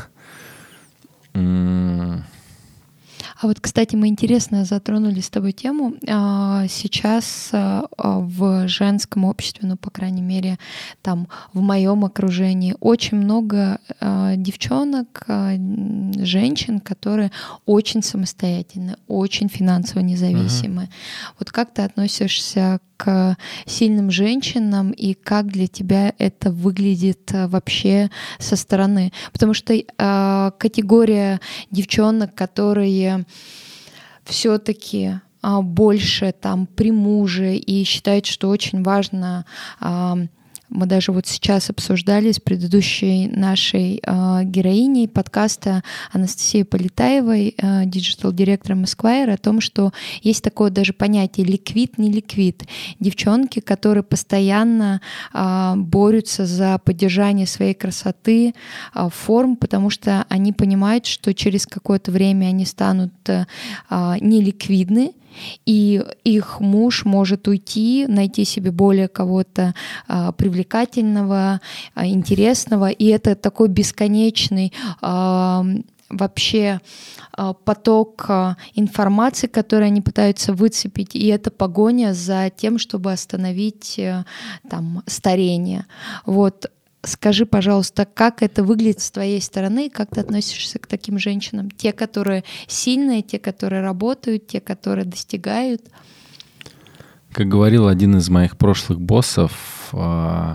А вот, кстати, мы интересно затронули с тобой тему. Сейчас в женском обществе, ну, по крайней мере, там в моем окружении очень много девчонок, женщин, которые очень самостоятельны, очень финансово независимы. Uh-huh. Вот как ты относишься к сильным женщинам и как для тебя это выглядит вообще со стороны? Потому что э, категория девчонок, которые все-таки э, больше там при муже и считают, что очень важно, э, мы даже вот сейчас обсуждали с предыдущей нашей э, героиней подкаста Анастасией Полетаевой, э, диджитал-директором Esquire, о том, что есть такое даже понятие ликвид, не ликвид. Девчонки, которые постоянно э, борются за поддержание своей красоты, э, форм, потому что они понимают, что через какое-то время они станут э, неликвидны, и их муж может уйти, найти себе более кого-то а, привлекательного, а, интересного, и это такой бесконечный а, вообще а, поток а, информации, который они пытаются выцепить, и это погоня за тем, чтобы остановить а, там старение. Вот. Скажи, пожалуйста, как это выглядит с твоей стороны, как ты относишься к таким женщинам? Те, которые сильные, те, которые работают, те, которые достигают? Как говорил один из моих прошлых боссов, твоя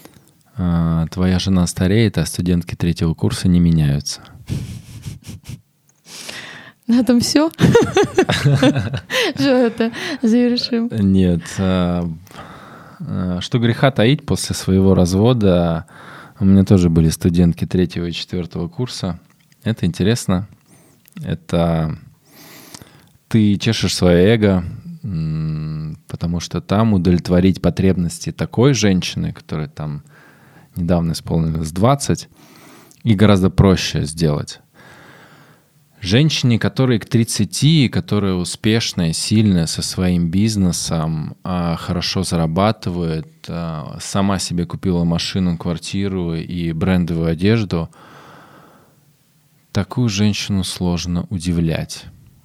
жена стареет, а студентки третьего курса не меняются. На этом все? Что это? Завершим? Нет. Что греха таить, после своего развода у меня тоже были студентки третьего и четвертого курса. Это интересно. Это ты чешешь свое эго, потому что там удовлетворить потребности такой женщины, которая там недавно исполнилось двадцать, и гораздо проще сделать. Женщине, которые к тридцати, которая успешная, сильная, со своим бизнесом, хорошо зарабатывает, сама себе купила машину, квартиру и брендовую одежду, такую женщину сложно удивлять.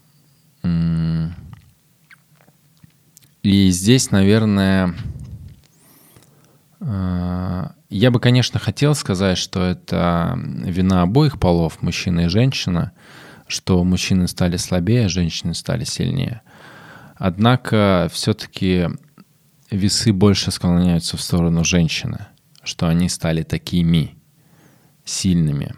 И здесь, наверное, я бы, конечно, хотел сказать, что это вина обоих полов, мужчина и женщина, что мужчины стали слабее, а женщины стали сильнее. Однако все-таки весы больше склоняются в сторону женщины, что они стали такими сильными.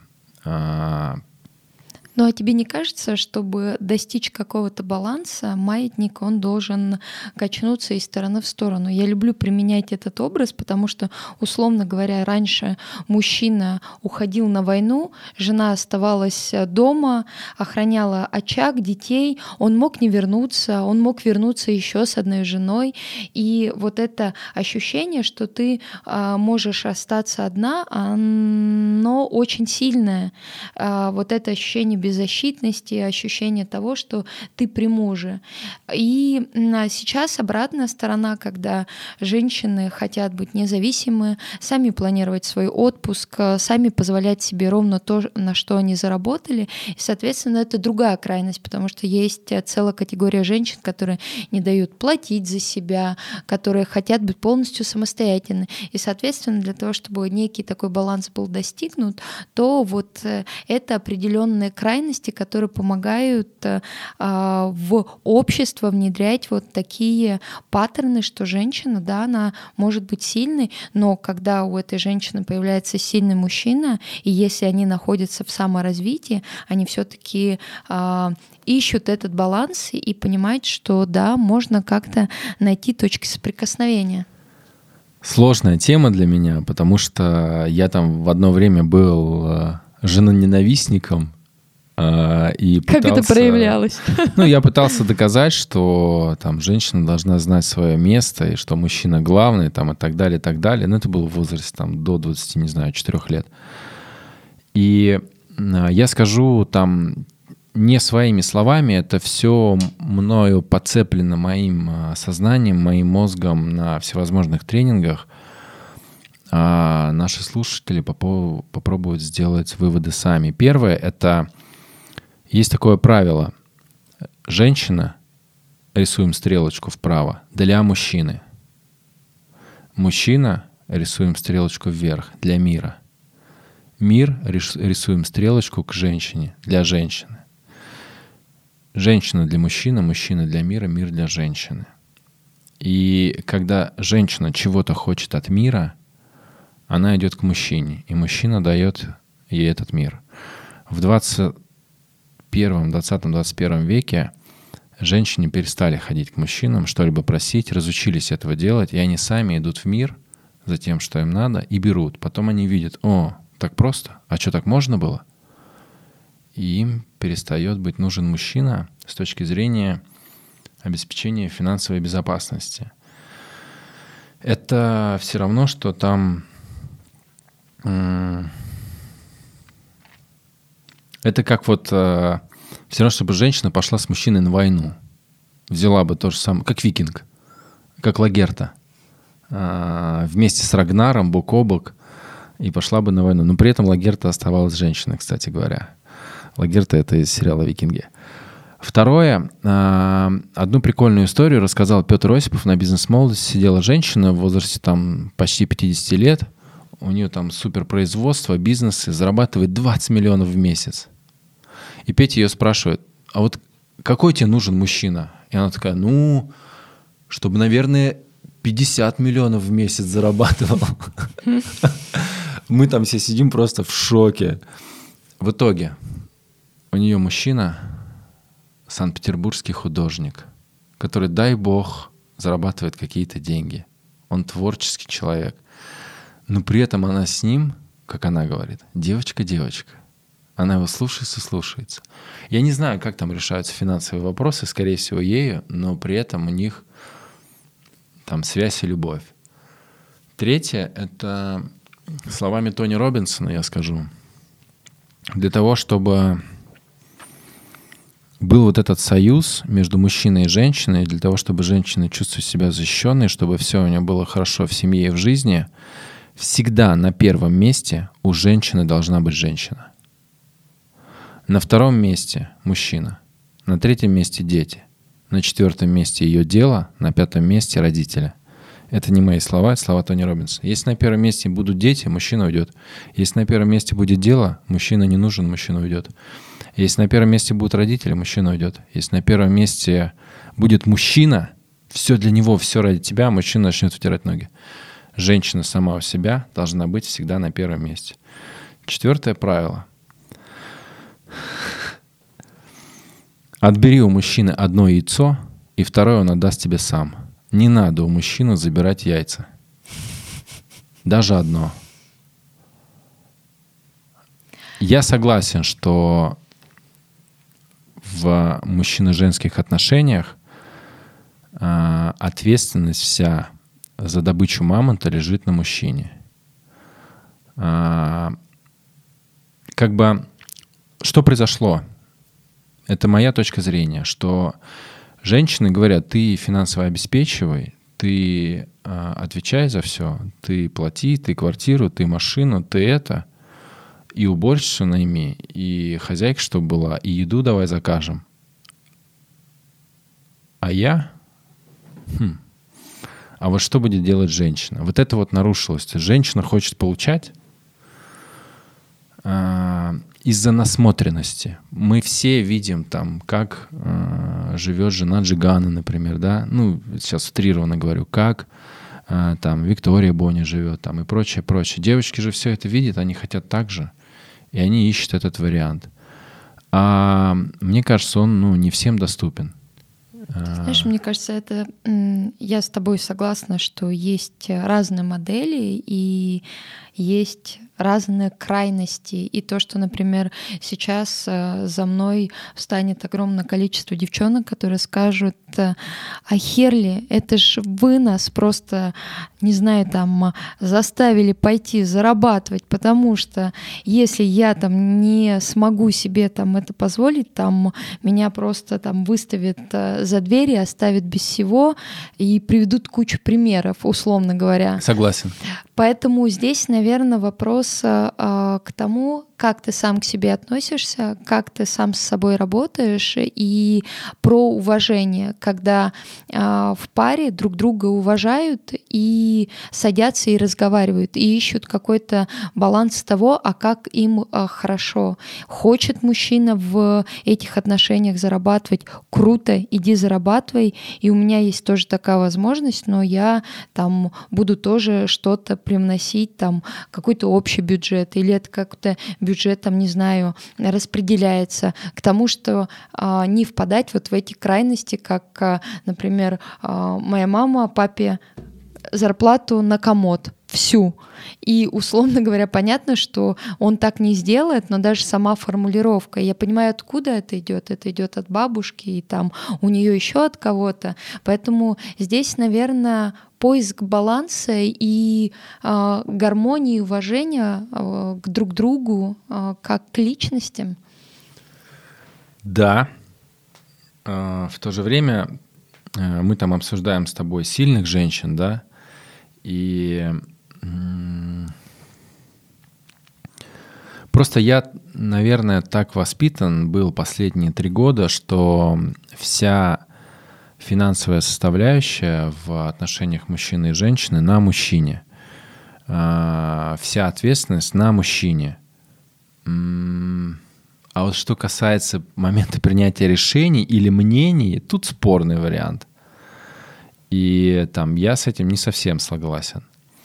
Ну а тебе не кажется, чтобы достичь какого-то баланса, маятник, он должен качнуться из стороны в сторону? Я люблю применять этот образ, потому что, условно говоря, раньше мужчина уходил на войну, жена оставалась дома, охраняла очаг, детей, он мог не вернуться, он мог вернуться еще с одной женой, и вот это ощущение, что ты а, можешь остаться одна, оно очень сильное, а, вот это ощущение беззащитности, ощущение того, что ты при муже. И сейчас обратная сторона, когда женщины хотят быть независимы, сами планировать свой отпуск, сами позволять себе ровно то, на что они заработали. И, соответственно, это другая крайность, потому что есть целая категория женщин, которые не дают платить за себя, которые хотят быть полностью самостоятельны. И, соответственно, для того, чтобы некий такой баланс был достигнут, то вот это определенные крайности, которые помогают в общество внедрять вот такие паттерны, что женщина, да, она может быть сильной, но когда у этой женщины появляется сильный мужчина, и если они находятся в саморазвитии, они все-таки э, ищут этот баланс и понимают, что да, можно как-то найти точки соприкосновения. Сложная тема для меня, потому что я там в одно время был женоненавистником. И как пытался, это проявлялось? Ну, я пытался доказать, что там женщина должна знать свое место, и что мужчина главный, там, и так далее, и так далее. Но это было в возрасте там, до двадцати, не знаю, четырёх лет. И я скажу там не своими словами, это все мною подцеплено моим сознанием, моим мозгом на всевозможных тренингах. А наши слушатели попробуют сделать выводы сами. Первое — это есть такое правило. Женщина, рисуем стрелочку вправо, для мужчины. Мужчина, рисуем стрелочку вверх, для мира. Мир, рисуем стрелочку к женщине, для женщины. Женщина для мужчины, мужчина для мира, мир для женщины. И когда женщина чего-то хочет от мира, она идет к мужчине, и мужчина дает ей этот мир. В двадцать первом, двадцатом, двадцать первом веке женщины перестали ходить к мужчинам, что-либо просить, разучились этого делать, и они сами идут в мир за тем, что им надо, и берут. Потом они видят: о, так просто? А что, так можно было? И им перестает быть нужен мужчина с точки зрения обеспечения финансовой безопасности. Это все равно, что там... М- это как вот... Э- все равно, чтобы женщина пошла с мужчиной на войну. Взяла бы то же самое, как викинг, как Лагерта. Э- вместе с Рагнаром, бок о бок, и пошла бы на войну. Но при этом Лагерта оставалась женщиной, кстати говоря. Лагерта — это из сериала «Викинги». Второе. Одну прикольную историю рассказал Петр Осипов на «Бизнес-молодости». Сидела женщина в возрасте там почти пятидесяти лет. У нее там суперпроизводство, бизнес, и зарабатывает двадцать миллионов в месяц. И Петя ее спрашивает: а вот какой тебе нужен мужчина? И она такая: ну, чтобы, наверное, пятьдесят миллионов в месяц зарабатывал. Мы там все сидим просто в шоке. В итоге у нее мужчина санкт-петербургский художник, который, дай бог, зарабатывает какие-то деньги. Он творческий человек. Но при этом она с ним, как она говорит, девочка-девочка. Она его слушается, слушается. Я не знаю, как там решаются финансовые вопросы, скорее всего, ею, но при этом у них там связь и любовь. Третье — это словами Тони Робинсона я скажу. Для того, чтобы был вот этот союз между мужчиной и женщиной, для того, чтобы женщина чувствовала себя защищенной, чтобы все у нее было хорошо в семье и в жизни, всегда на первом месте у женщины должна быть женщина. На втором месте мужчина, на третьем месте дети, на четвертом месте ее дело, на пятом месте родители. Это не мои слова, это слова Тони Робинсона. Если на первом месте будут дети, мужчина уйдет. Если на первом месте будет дело, мужчина не нужен, мужчина уйдет. Если на первом месте будут родители, мужчина уйдет. Если на первом месте будет мужчина, все для него, все ради тебя, мужчина начнет вытирать ноги. Женщина сама у себя должна быть всегда на первом месте. Четвертое правило. Отбери у мужчины одно яйцо, и второе он отдаст тебе сам. Не надо у мужчины забирать яйца. Даже одно. Я согласен, что в мужчино-женских отношениях э, ответственность вся за добычу мамонта лежит на мужчине. Э, как бы, что произошло? это моя точка зрения, что женщины говорят, ты финансово обеспечивай, ты э, отвечай за все, ты плати, ты квартиру, ты машину, ты это, и уборщицу найми, и хозяйка, чтобы была, и еду давай закажем. А я? Хм. А вот что будет делать женщина? Вот это вот нарушилось. Женщина хочет получать э, из-за насмотренности. Мы все видим там, как э, живет жена Джигана, например, да? Ну, сейчас утрированно говорю, как э, там Виктория Бони живет там и прочее, прочее. Девочки же все это видят, они хотят так же, и они ищут этот вариант. А мне кажется, он, ну, не всем доступен. Знаешь, мне кажется, это я с тобой согласна, что есть разные модели и есть разные крайности. И то, что, например, сейчас за мной встанет огромное количество девчонок, которые скажут: а Херли, это ж вы нас просто, не знаю, там заставили пойти зарабатывать, потому что если я там не смогу себе там это позволить, там меня просто там выставят за дверь и оставят без всего и приведут кучу примеров, условно говоря. Согласен. Поэтому здесь, наверное, вопрос э, к тому, как ты сам к себе относишься, как ты сам с собой работаешь, и про уважение, когда э, в паре друг друга уважают и садятся и разговаривают, и ищут какой-то баланс того, а как им э, хорошо. Хочет мужчина в этих отношениях зарабатывать, круто, иди зарабатывай, и у меня есть тоже такая возможность, но я там буду тоже что-то привносить, там какой-то общий бюджет, или это как-то бюджет, там, не знаю, распределяется к тому, что а, не впадать вот в эти крайности, как, а, например, а, моя мама папе зарплату на комод всю. И, условно говоря, понятно, что он так не сделает, но даже сама формулировка, я понимаю, откуда это идет. Это идет от бабушки, и там у нее еще от кого-то. Поэтому здесь, наверное, поиск баланса и э, гармонии, уважения э, к друг другу, э, как к личностям. Да. Э, в то же время э, мы там обсуждаем с тобой сильных женщин, да, и м- просто я, наверное, так воспитан был последние три года, что вся финансовая составляющая в отношениях мужчины и женщины на мужчине. Вся ответственность на мужчине. А вот что касается момента принятия решений или мнений, тут спорный вариант. И там я с этим не совсем согласен.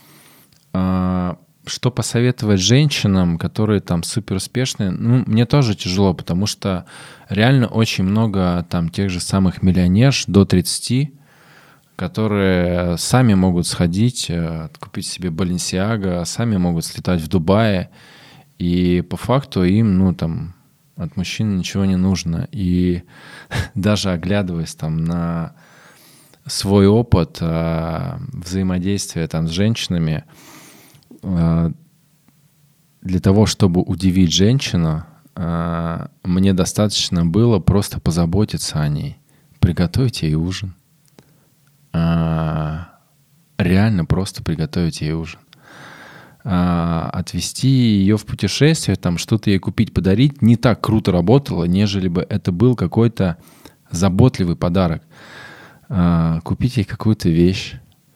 Что посоветовать женщинам, которые там супер успешные? Ну, мне тоже тяжело, потому что реально очень много там тех же самых миллионерш до тридцати, которые сами могут сходить, купить себе Balenciaga, сами могут слетать в Дубае, и по факту им, ну, там, от мужчин ничего не нужно. И даже оглядываясь там на свой опыт а, взаимодействия там с женщинами, а, для того, чтобы удивить женщину, а, мне достаточно было просто позаботиться о ней, приготовить ей ужин. А, реально просто приготовить ей ужин. А, отвезти ее в путешествие, там что-то ей купить, подарить, не так круто работало, нежели бы это был какой-то заботливый подарок. А, купить ей какую-то вещь,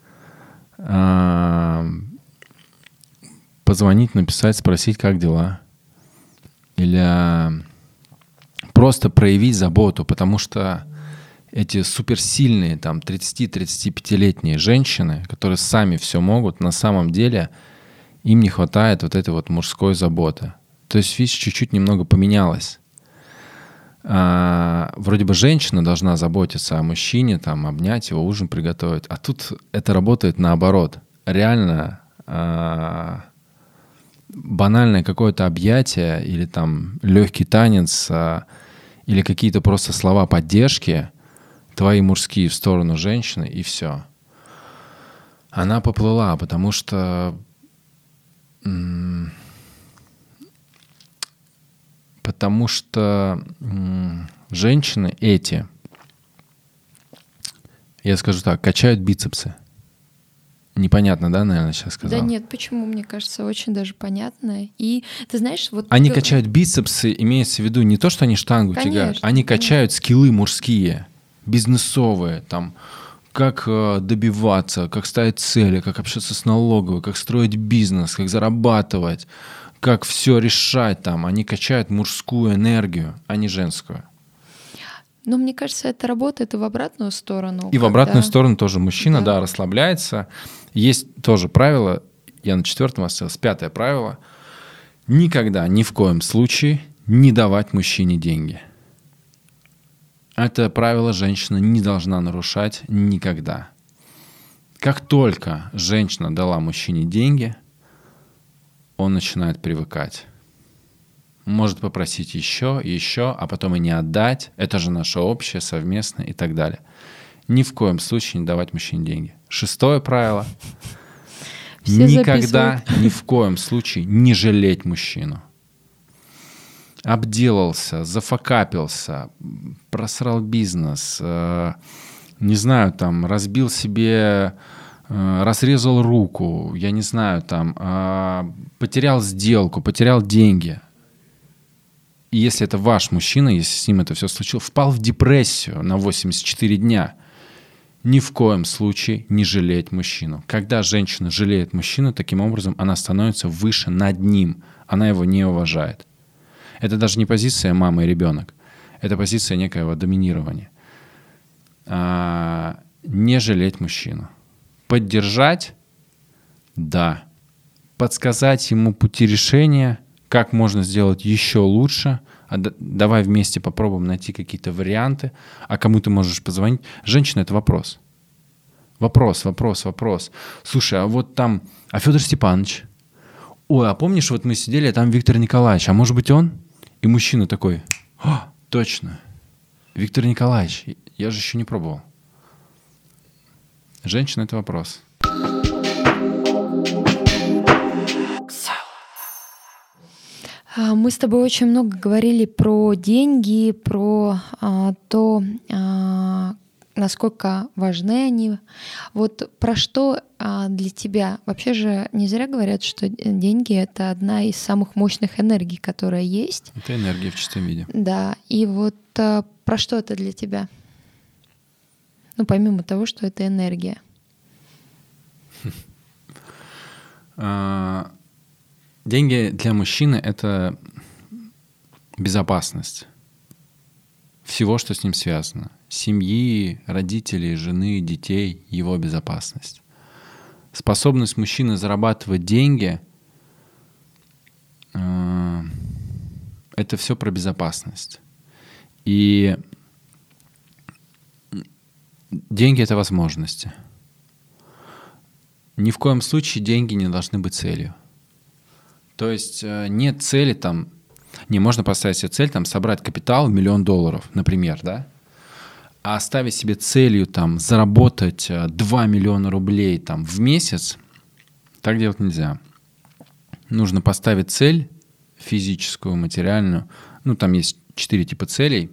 а, позвонить, написать, спросить, как дела. Или а, просто проявить заботу, потому что эти суперсильные там тридцати-тридцатипятилетние женщины, которые сами все могут, на самом деле им не хватает вот этой вот мужской заботы. То есть видишь, чуть-чуть немного поменялось. А, вроде бы женщина должна заботиться о мужчине, там, обнять его, ужин приготовить. А тут это работает наоборот. Реально а, банальное какое-то объятие или там легкий танец а, или какие-то просто слова поддержки твои мужские в сторону женщины, и все. Она поплыла, потому что Потому что женщины эти, я скажу так, качают бицепсы. Непонятно, да, наверное, сейчас сказал? Да нет, почему? Мне кажется, очень даже понятно. И ты знаешь, вот... Они ты... качают бицепсы, имеется в виду не то, что они штангу Конечно, тягают, они конечно. качают скиллы мужские, бизнесовые, там, как э, добиваться, как ставить цели, как общаться с налоговой, как строить бизнес, как зарабатывать, как все решать там. Они качают мужскую энергию, а не женскую. Но мне кажется, это работает и в обратную сторону. И в когда... обратную сторону тоже мужчина, да. Да. да, расслабляется. Есть тоже правило, я на четвертом остался, пятое правило. Никогда, ни в коем случае не давать мужчине деньги. Это правило женщина не должна нарушать никогда. Как только женщина дала мужчине деньги, он начинает привыкать. Может попросить еще, еще, а потом и не отдать. Это же наше общее, совместное и так далее. Ни в коем случае не давать мужчине деньги. Шестое правило. Все Никогда, записывают. ни в коем случае не жалеть мужчину. Обделался, зафакапился, просрал бизнес, э, не знаю, там, разбил себе, э, разрезал руку, я не знаю, там, э, потерял сделку, потерял деньги. И если это ваш мужчина, если с ним это все случилось, впал в депрессию на восемьдесят четыре дня, ни в коем случае не жалеть мужчину. Когда женщина жалеет мужчину, таким образом она становится выше над ним, она его не уважает. Это даже не позиция мама и ребенок, это позиция некоего доминирования. А, не жалеть мужчину. Поддержать – да. Подсказать ему пути решения, как можно сделать еще лучше. А д- давай вместе попробуем найти какие-то варианты. А кому ты можешь позвонить? Женщина — это вопрос. Вопрос, вопрос, вопрос. Слушай, а вот там, а Федор Степанович? Ой, а помнишь, вот мы сидели, а там Виктор Николаевич, а может быть он? И мужчина такой: о, точно, Виктор Николаевич, я же еще не пробовал. Женщина — это вопрос. Мы с тобой очень много говорили про деньги, про а, то, а, насколько важны они. Вот про что а, для тебя? Вообще же не зря говорят, что деньги — это одна из самых мощных энергий, которая есть. Это энергия в чистом виде. Да. И вот а, про что это для тебя? Ну, помимо того, что это энергия. Деньги для мужчины — это безопасность всего, что с ним связано. Семьи, родителей, жены, детей, его безопасность. Способность мужчины зарабатывать деньги э, — это все про безопасность. И деньги — это возможности. Ни в коем случае деньги не должны быть целью. То есть э, нет цели там, не можно поставить себе цель там собрать капитал в миллион долларов, например, да, а ставить себе целью там заработать два миллиона рублей там в месяц, так делать нельзя. Нужно поставить цель физическую, материальную. Ну, там есть четыре типа целей.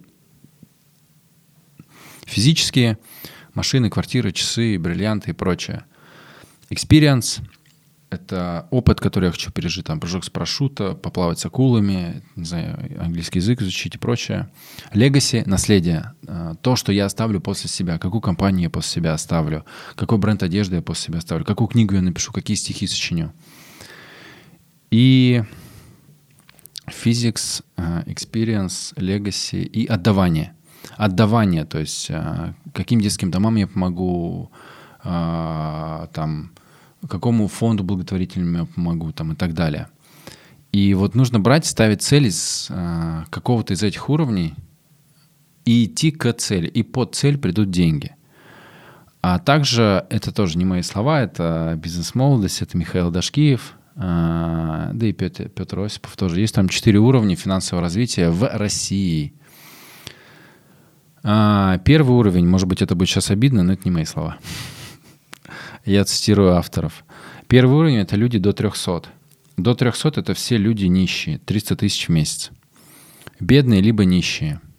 Физические: машины, квартиры, часы, бриллианты и прочее. Experience — это опыт, который я хочу пережить, там, прыжок с парашюта, поплавать с акулами, не знаю, английский язык изучить и прочее. Legacy — наследие. То, что я оставлю после себя, какую компанию я после себя оставлю, какой бренд одежды я после себя оставлю, какую книгу я напишу, какие стихи сочиню. И Physics, Experience, Legacy и отдавание. Отдавание, то есть каким детским домам я помогу, там, какому фонду благотворительному я помогу, там, и так далее. И вот нужно брать, ставить цель из э, какого-то из этих уровней и идти к цели. И под цель придут деньги. А также, это тоже не мои слова, это «Бизнес-молодость», это Михаил Дашкиев, э, да и Петр, Петр Осипов тоже. Есть там четыре уровня финансового развития в России. Э, первый уровень, может быть, это будет сейчас обидно, но это не мои слова. Я цитирую авторов. Первый уровень — это люди до трехсот. До трехсот — это все люди нищие, триста тысяч в месяц. Бедные либо нищие.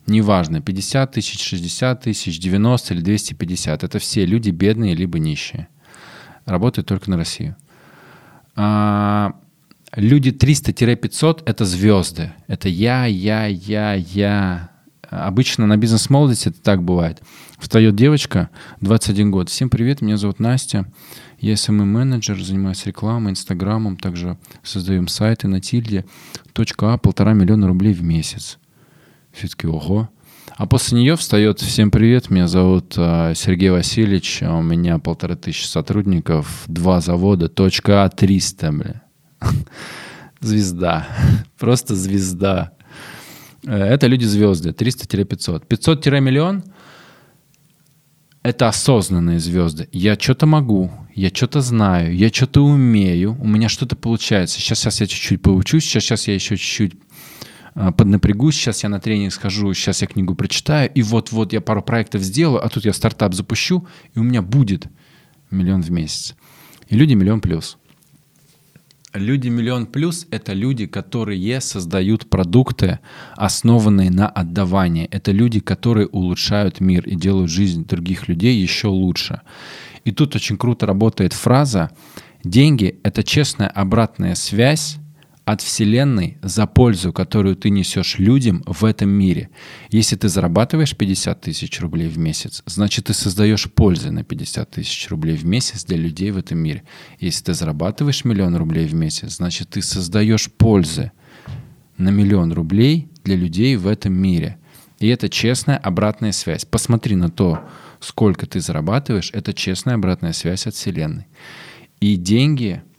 Неважно, пятьдесят тысяч, шестьдесят тысяч, девяносто или двести пятьдесят. Это все люди бедные либо нищие. Работают только на Россию. А, люди триста-пятьсот — это звезды. Это я, я, я, я. Обычно на бизнес-молодости это так бывает. Встает девочка, двадцать один год. Всем привет, меня зовут Настя. Я эс эм эм-менеджер, занимаюсь рекламой, инстаграмом. Также создаем сайты на тильде. Точка А, полтора миллиона рублей в месяц. Все-таки ого. А после нее встает: всем привет, меня зовут uh, Сергей Васильевич, у меня полторы тысячи сотрудников, два завода, точка А, триста, бля. Звезда. Просто звезда. Это люди-звезды, триста-пятьсот. пятьсот-миллион — это осознанные звезды. Я что-то могу, я что-то знаю, я что-то умею, у меня что-то получается. Сейчас, сейчас я чуть-чуть поучусь, сейчас, сейчас я еще чуть-чуть поднапрягусь, сейчас я на тренинг схожу, сейчас я книгу прочитаю, и вот-вот я пару проектов сделаю, а тут я стартап запущу, и у меня будет миллион в месяц. И люди миллион плюс. Люди миллион плюс — это люди, которые создают продукты, основанные на отдавании. Это люди, которые улучшают мир и делают жизнь других людей еще лучше. И тут очень круто работает фраза: деньги — это честная обратная связь от Вселенной за пользу, которую ты несешь людям в этом мире. Если ты зарабатываешь пятьдесят тысяч рублей в месяц, значит, ты создаешь пользу на пятьдесят тысяч рублей в месяц для людей в этом мире. Если ты зарабатываешь миллион рублей в месяц, значит, ты создаешь пользы на миллион рублей для людей в этом мире. И это честная обратная связь. Посмотри на то, сколько ты зарабатываешь, это честная обратная связь от Вселенной. И деньги —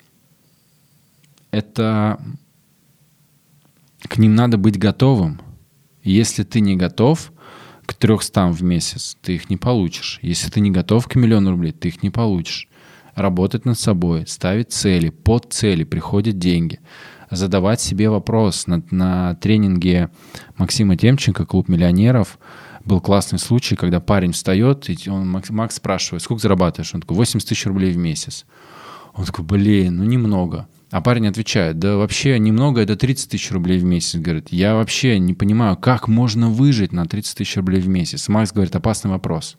это к ним надо быть готовым. Если ты не готов к трехстам в месяц, ты их не получишь. Если ты не готов к миллиону рублей, ты их не получишь. Работать над собой, ставить цели, под цели приходят деньги. Задавать себе вопрос. На, на тренинге Максима Темченко «Клуб миллионеров» был классный случай, когда парень встает, и он, Макс, Макс спрашивает: сколько зарабатываешь? Он такой: восемьдесят тысяч рублей в месяц. Он такой: блин, ну немного. А парень отвечает: да вообще немного, это тридцать тысяч рублей в месяц. Говорит: я вообще не понимаю, как можно выжить на тридцать тысяч рублей в месяц. Макс говорит: опасный вопрос.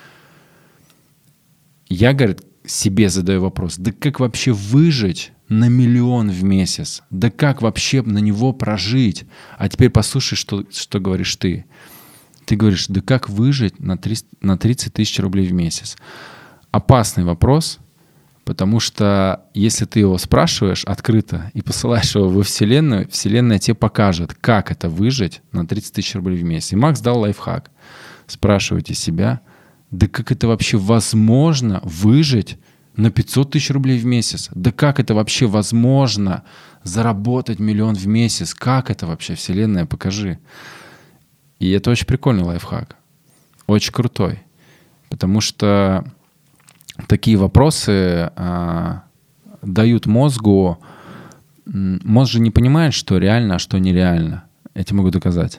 Я, говорит, себе задаю вопрос: да как вообще выжить на миллион в месяц? Да как вообще на него прожить? А теперь послушай, что, что говоришь ты. Ты говоришь: да как выжить на, триста, на тридцать тысяч рублей в месяц? Опасный вопрос. Потому что если ты его спрашиваешь открыто и посылаешь его во Вселенную, Вселенная тебе покажет, как это выжить на тридцать тысяч рублей в месяц. И Макс дал лайфхак. Спрашивайте себя: да как это вообще возможно выжить на пятьсот тысяч рублей в месяц? Да как это вообще возможно заработать миллион в месяц? Как это вообще, Вселенная, покажи. И это очень прикольный лайфхак. Очень крутой. Потому что такие вопросы а, дают мозгу... Мозг же не понимает, что реально, а что нереально. Я тебе могу доказать.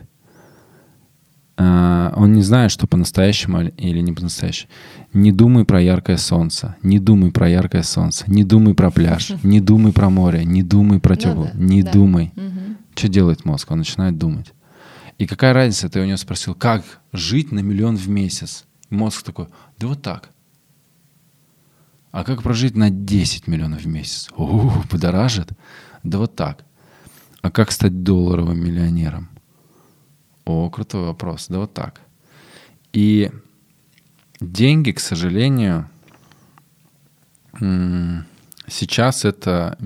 А, он не знает, что по-настоящему или не по-настоящему. Не думай про яркое солнце. Не думай про яркое солнце. Не думай про пляж. Не думай про море. Не думай про тепло. Не думай. Что делает мозг? Он начинает думать. И какая разница? Ты у него спросил: как жить на миллион в месяц? Мозг такой: да вот так. А как прожить на десять миллионов в месяц? У, подорожит? Да вот так. А как стать долларовым миллионером? О, крутой вопрос. Да вот так. И деньги, к сожалению, сейчас это,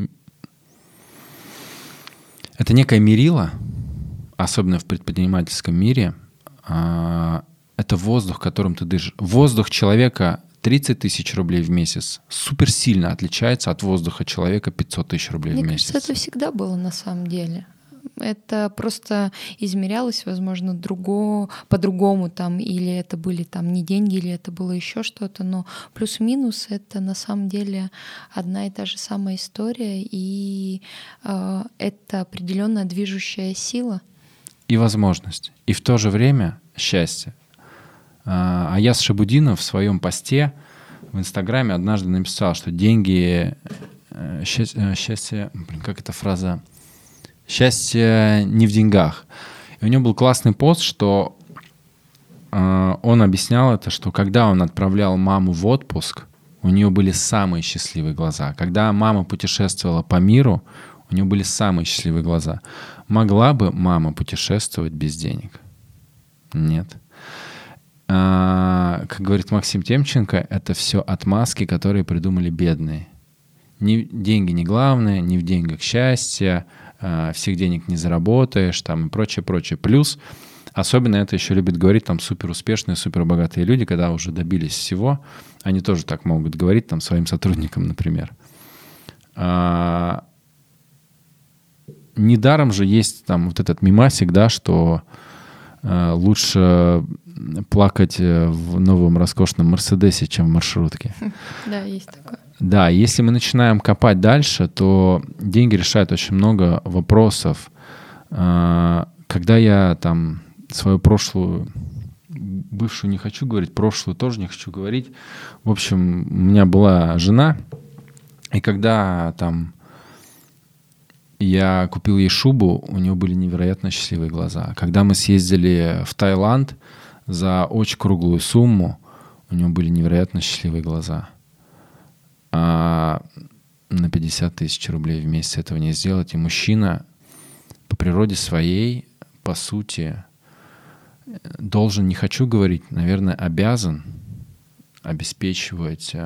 это некое мерило, особенно в предпринимательском мире. Это воздух, которым ты дышишь. Воздух человека тридцать тысяч рублей в месяц супер сильно отличается от воздуха человека пятьсот тысяч рублей Мне в месяц. Мне кажется, это всегда было на самом деле. Это просто измерялось, возможно, друго, по-другому там, или это были там не деньги, или это было еще что-то, но плюс-минус это на самом деле одна и та же самая история, и э, это определенная движущая сила. И возможность. И в то же время счастье. Аяз Шабудинов в своем посте в Инстаграме однажды написал, что деньги, счастье, счастье блин, как эта фраза? Счастье не в деньгах. И у него был классный пост, что э, он объяснял это, что когда он отправлял маму в отпуск, у нее были самые счастливые глаза. Когда мама путешествовала по миру, у нее были самые счастливые глаза. Могла бы мама путешествовать без денег? Нет. А, как говорит Максим Темченко, это все отмазки, которые придумали бедные. Не, деньги не главное, не в деньгах счастье, а, всех денег не заработаешь, там и прочее, прочее. Плюс, особенно это еще любят говорить там суперуспешные, супербогатые люди, когда уже добились всего, они тоже так могут говорить там своим сотрудникам, например. А, недаром же есть там вот этот мемасик, да, что э, лучше плакать в новом роскошном Мерседесе, чем в маршрутке. Да, есть такое. Да, если мы начинаем копать дальше, то деньги решают очень много вопросов. Э, когда я там свою прошлую, бывшую не хочу говорить, прошлую тоже не хочу говорить. В общем, у меня была жена, и когда там я купил ей шубу, у нее были невероятно счастливые глаза. Когда мы съездили в Таиланд за очень круглую сумму, у нее были невероятно счастливые глаза. А на пятьдесят тысяч рублей в месяц этого не сделать. И мужчина по природе своей, по сути, должен, не хочу говорить, наверное, обязан обеспечивать...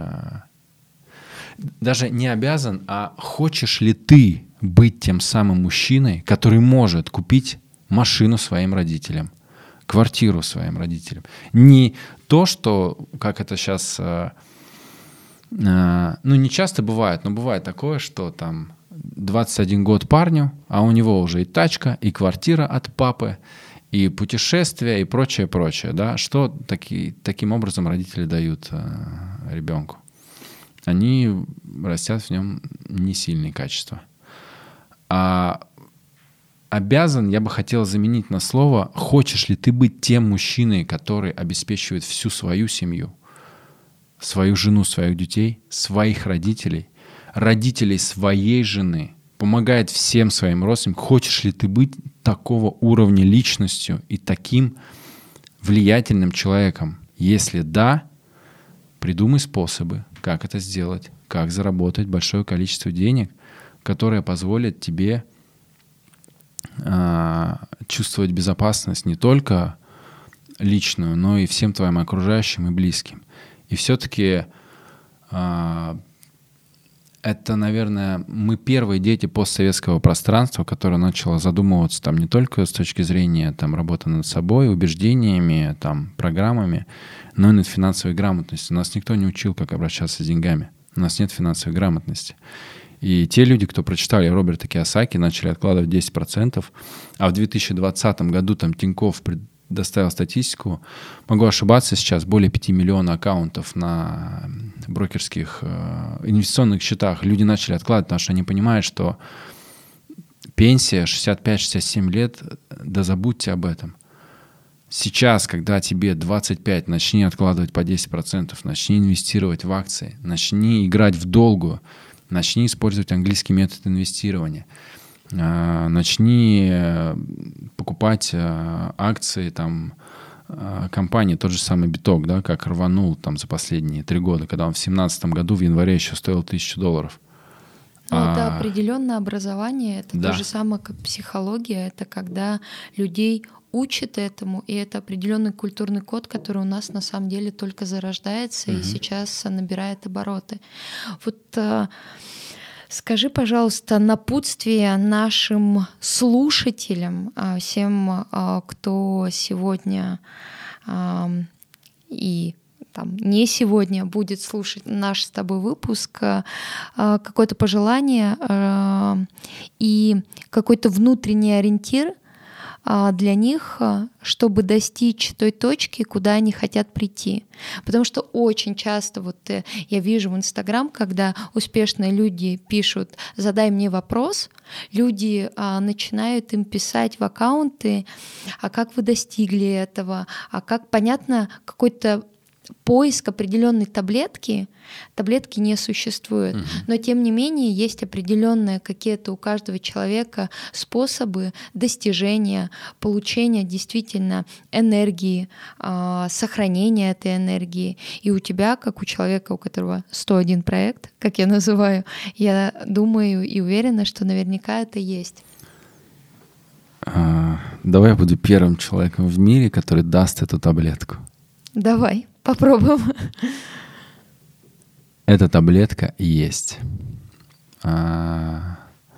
Даже не обязан, а хочешь ли ты быть тем самым мужчиной, который может купить машину своим родителям, квартиру своим родителям. Не то, что, как это сейчас, э, э, ну не часто бывает, но бывает такое, что там двадцать один год парню, а у него уже и тачка, и квартира от папы, и путешествия, и прочее, прочее. Да? Что таки, таким образом родители дают э, ребенку? Они растят в нем не сильные качества. А обязан, я бы хотел заменить на слово, хочешь ли ты быть тем мужчиной, который обеспечивает всю свою семью, свою жену, своих детей, своих родителей, родителей своей жены, помогает всем своим родственникам. Хочешь ли ты быть такого уровня личностью и таким влиятельным человеком? Если да, придумай способы, как это сделать, как заработать большое количество денег, которое позволит тебе э, чувствовать безопасность не только личную, но и всем твоим окружающим и близким. И все-таки э, это, наверное, мы первые дети постсоветского пространства, которое начало задумываться там не только с точки зрения там, работы над собой, убеждениями, там, программами, но и над финансовой грамотностью. Нас никто не учил, как обращаться с деньгами. У нас нет финансовой грамотности. И те люди, кто прочитали Роберта Кийосаки, начали откладывать десять процентов, а в две тысячи двадцатом году там Тинькофф предоставил статистику, могу ошибаться сейчас, более пяти миллионов аккаунтов на брокерских э, инвестиционных счетах люди начали откладывать, потому что они понимают, что пенсия шестьдесят пять - шестьдесят семь лет, да забудьте об этом. Сейчас, когда тебе двадцать пять, начни откладывать по десять процентов, начни инвестировать в акции, начни играть в долгую, начни использовать английский метод инвестирования, начни покупать акции там, компании, тот же самый Биток, да, как рванул там, за последние три года, когда он в семнадцатом году в январе еще стоил тысячу долларов. Ну, а, это определенное образование, это да. То же самое, как психология, это когда людей учат этому, и это определенный культурный код, который у нас на самом деле только зарождается угу. и сейчас набирает обороты. Вот а, скажи, пожалуйста, напутствие нашим слушателям, а, всем, а, кто сегодня а, и там, не сегодня будет слушать наш с тобой выпуск, а, какое-то пожелание а, и какой-то внутренний ориентир для них, чтобы достичь той точки, куда они хотят прийти. Потому что очень часто вот я вижу в Инстаграм, когда успешные люди пишут «задай мне вопрос», люди а, начинают им писать в аккаунты, а как вы достигли этого, а как, понятно, какой-то поиск определенной таблетки, таблетки не существует, mm-hmm. но тем не менее есть определенные какие-то у каждого человека способы достижения, получения действительно энергии, сохранения этой энергии. И у тебя, как у человека, у которого сто один проект, как я называю, я думаю и уверена, что наверняка это есть. А, давай я буду первым человеком в мире, который даст эту таблетку. Давай. Попробуем. Эта таблетка есть. В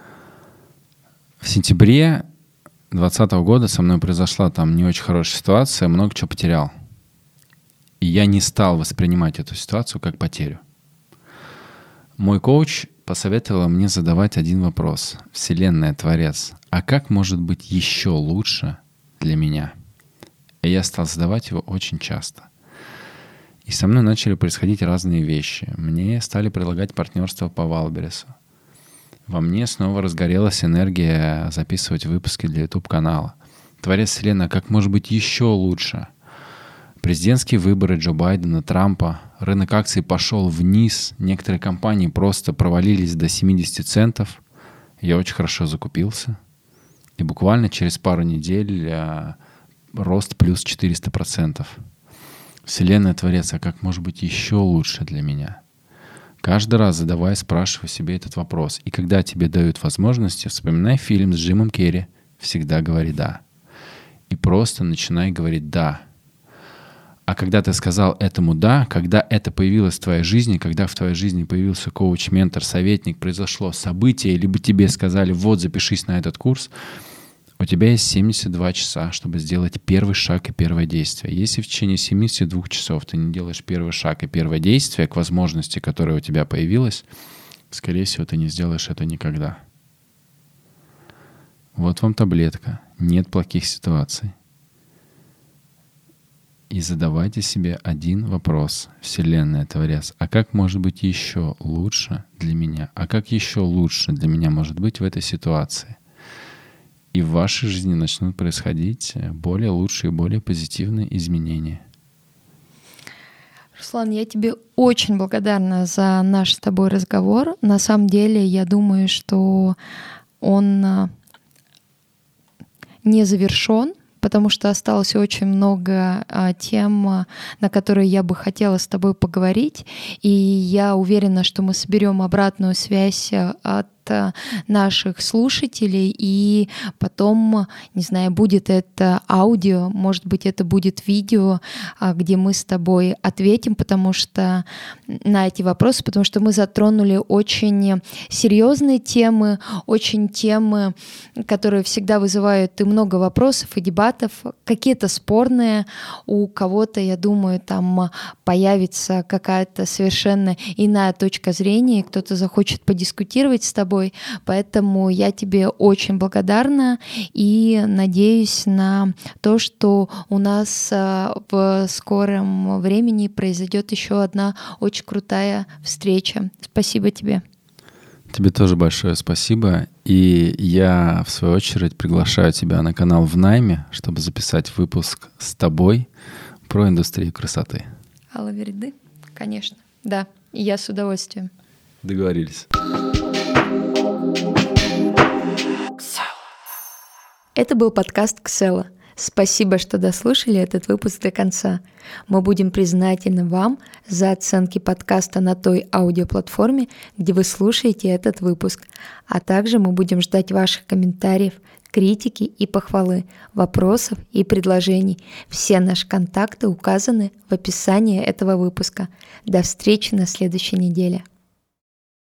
сентябре двадцатого года со мной произошла там не очень хорошая ситуация, много чего потерял. И я не стал воспринимать эту ситуацию как потерю. Мой коуч посоветовал мне задавать один вопрос. Вселенная, Творец, а как может быть еще лучше для меня? И я стал задавать его очень часто. И со мной начали происходить разные вещи. Мне стали предлагать партнерство по Валбересу. Во мне снова разгорелась энергия записывать выпуски для YouTube-канала. Творец Вселенная, как может быть еще лучше? Президентские выборы Джо Байдена, Трампа. Рынок акций пошел вниз. Некоторые компании просто провалились до семьдесят центов. Я очень хорошо закупился. И буквально через пару недель а, рост плюс четыреста процентов. Вселенная, Творец, а как может быть еще лучше для меня? Каждый раз задавая, спрашивай себе этот вопрос. И когда тебе дают возможности, вспоминай фильм с Джимом Керри «Всегда говори «да». И просто начинай говорить «да». А когда ты сказал этому «да», когда это появилось в твоей жизни, когда в твоей жизни появился коуч, ментор, советник, произошло событие, либо тебе сказали «вот, запишись на этот курс», у тебя есть семьдесят два часа, чтобы сделать первый шаг и первое действие. Если в течение семидесяти двух часов ты не делаешь первый шаг и первое действие к возможности, которая у тебя появилась, скорее всего, ты не сделаешь это никогда. Вот вам таблетка. Нет плохих ситуаций. И задавайте себе один вопрос. Вселенная, Творец, а как может быть еще лучше для меня? А как еще лучше для меня может быть в этой ситуации? И в вашей жизни начнут происходить более лучшие, более позитивные изменения. Руслан, я тебе очень благодарна за наш с тобой разговор. На самом деле, я думаю, что он не завершен, потому что осталось очень много а, тем, а, на которые я бы хотела с тобой поговорить. И я уверена, что мы соберем обратную связь от наших слушателей, и потом, не знаю, будет это аудио, может быть, это будет видео, где мы с тобой ответим, потому что на эти вопросы, потому что мы затронули очень серьезные темы, очень темы, которые всегда вызывают и много вопросов, и дебатов, какие-то спорные, у кого-то, я думаю, там появится какая-то совершенно иная точка зрения, и кто-то захочет подискутировать с тобой. Поэтому я тебе очень благодарна и надеюсь на то, что у нас в скором времени произойдет еще одна очень крутая встреча. Спасибо тебе. Тебе тоже большое спасибо. И я, в свою очередь, приглашаю тебя на канал в найме, чтобы записать выпуск с тобой про индустрию красоты. Алла Верды? Конечно. Да, и я с удовольствием. Договорились. Это был подкаст «Ксела». Спасибо, что дослушали этот выпуск до конца. Мы будем признательны вам за оценки подкаста на той аудиоплатформе, где вы слушаете этот выпуск. А также мы будем ждать ваших комментариев, критики и похвалы, вопросов и предложений. Все наши контакты указаны в описании этого выпуска. До встречи на следующей неделе.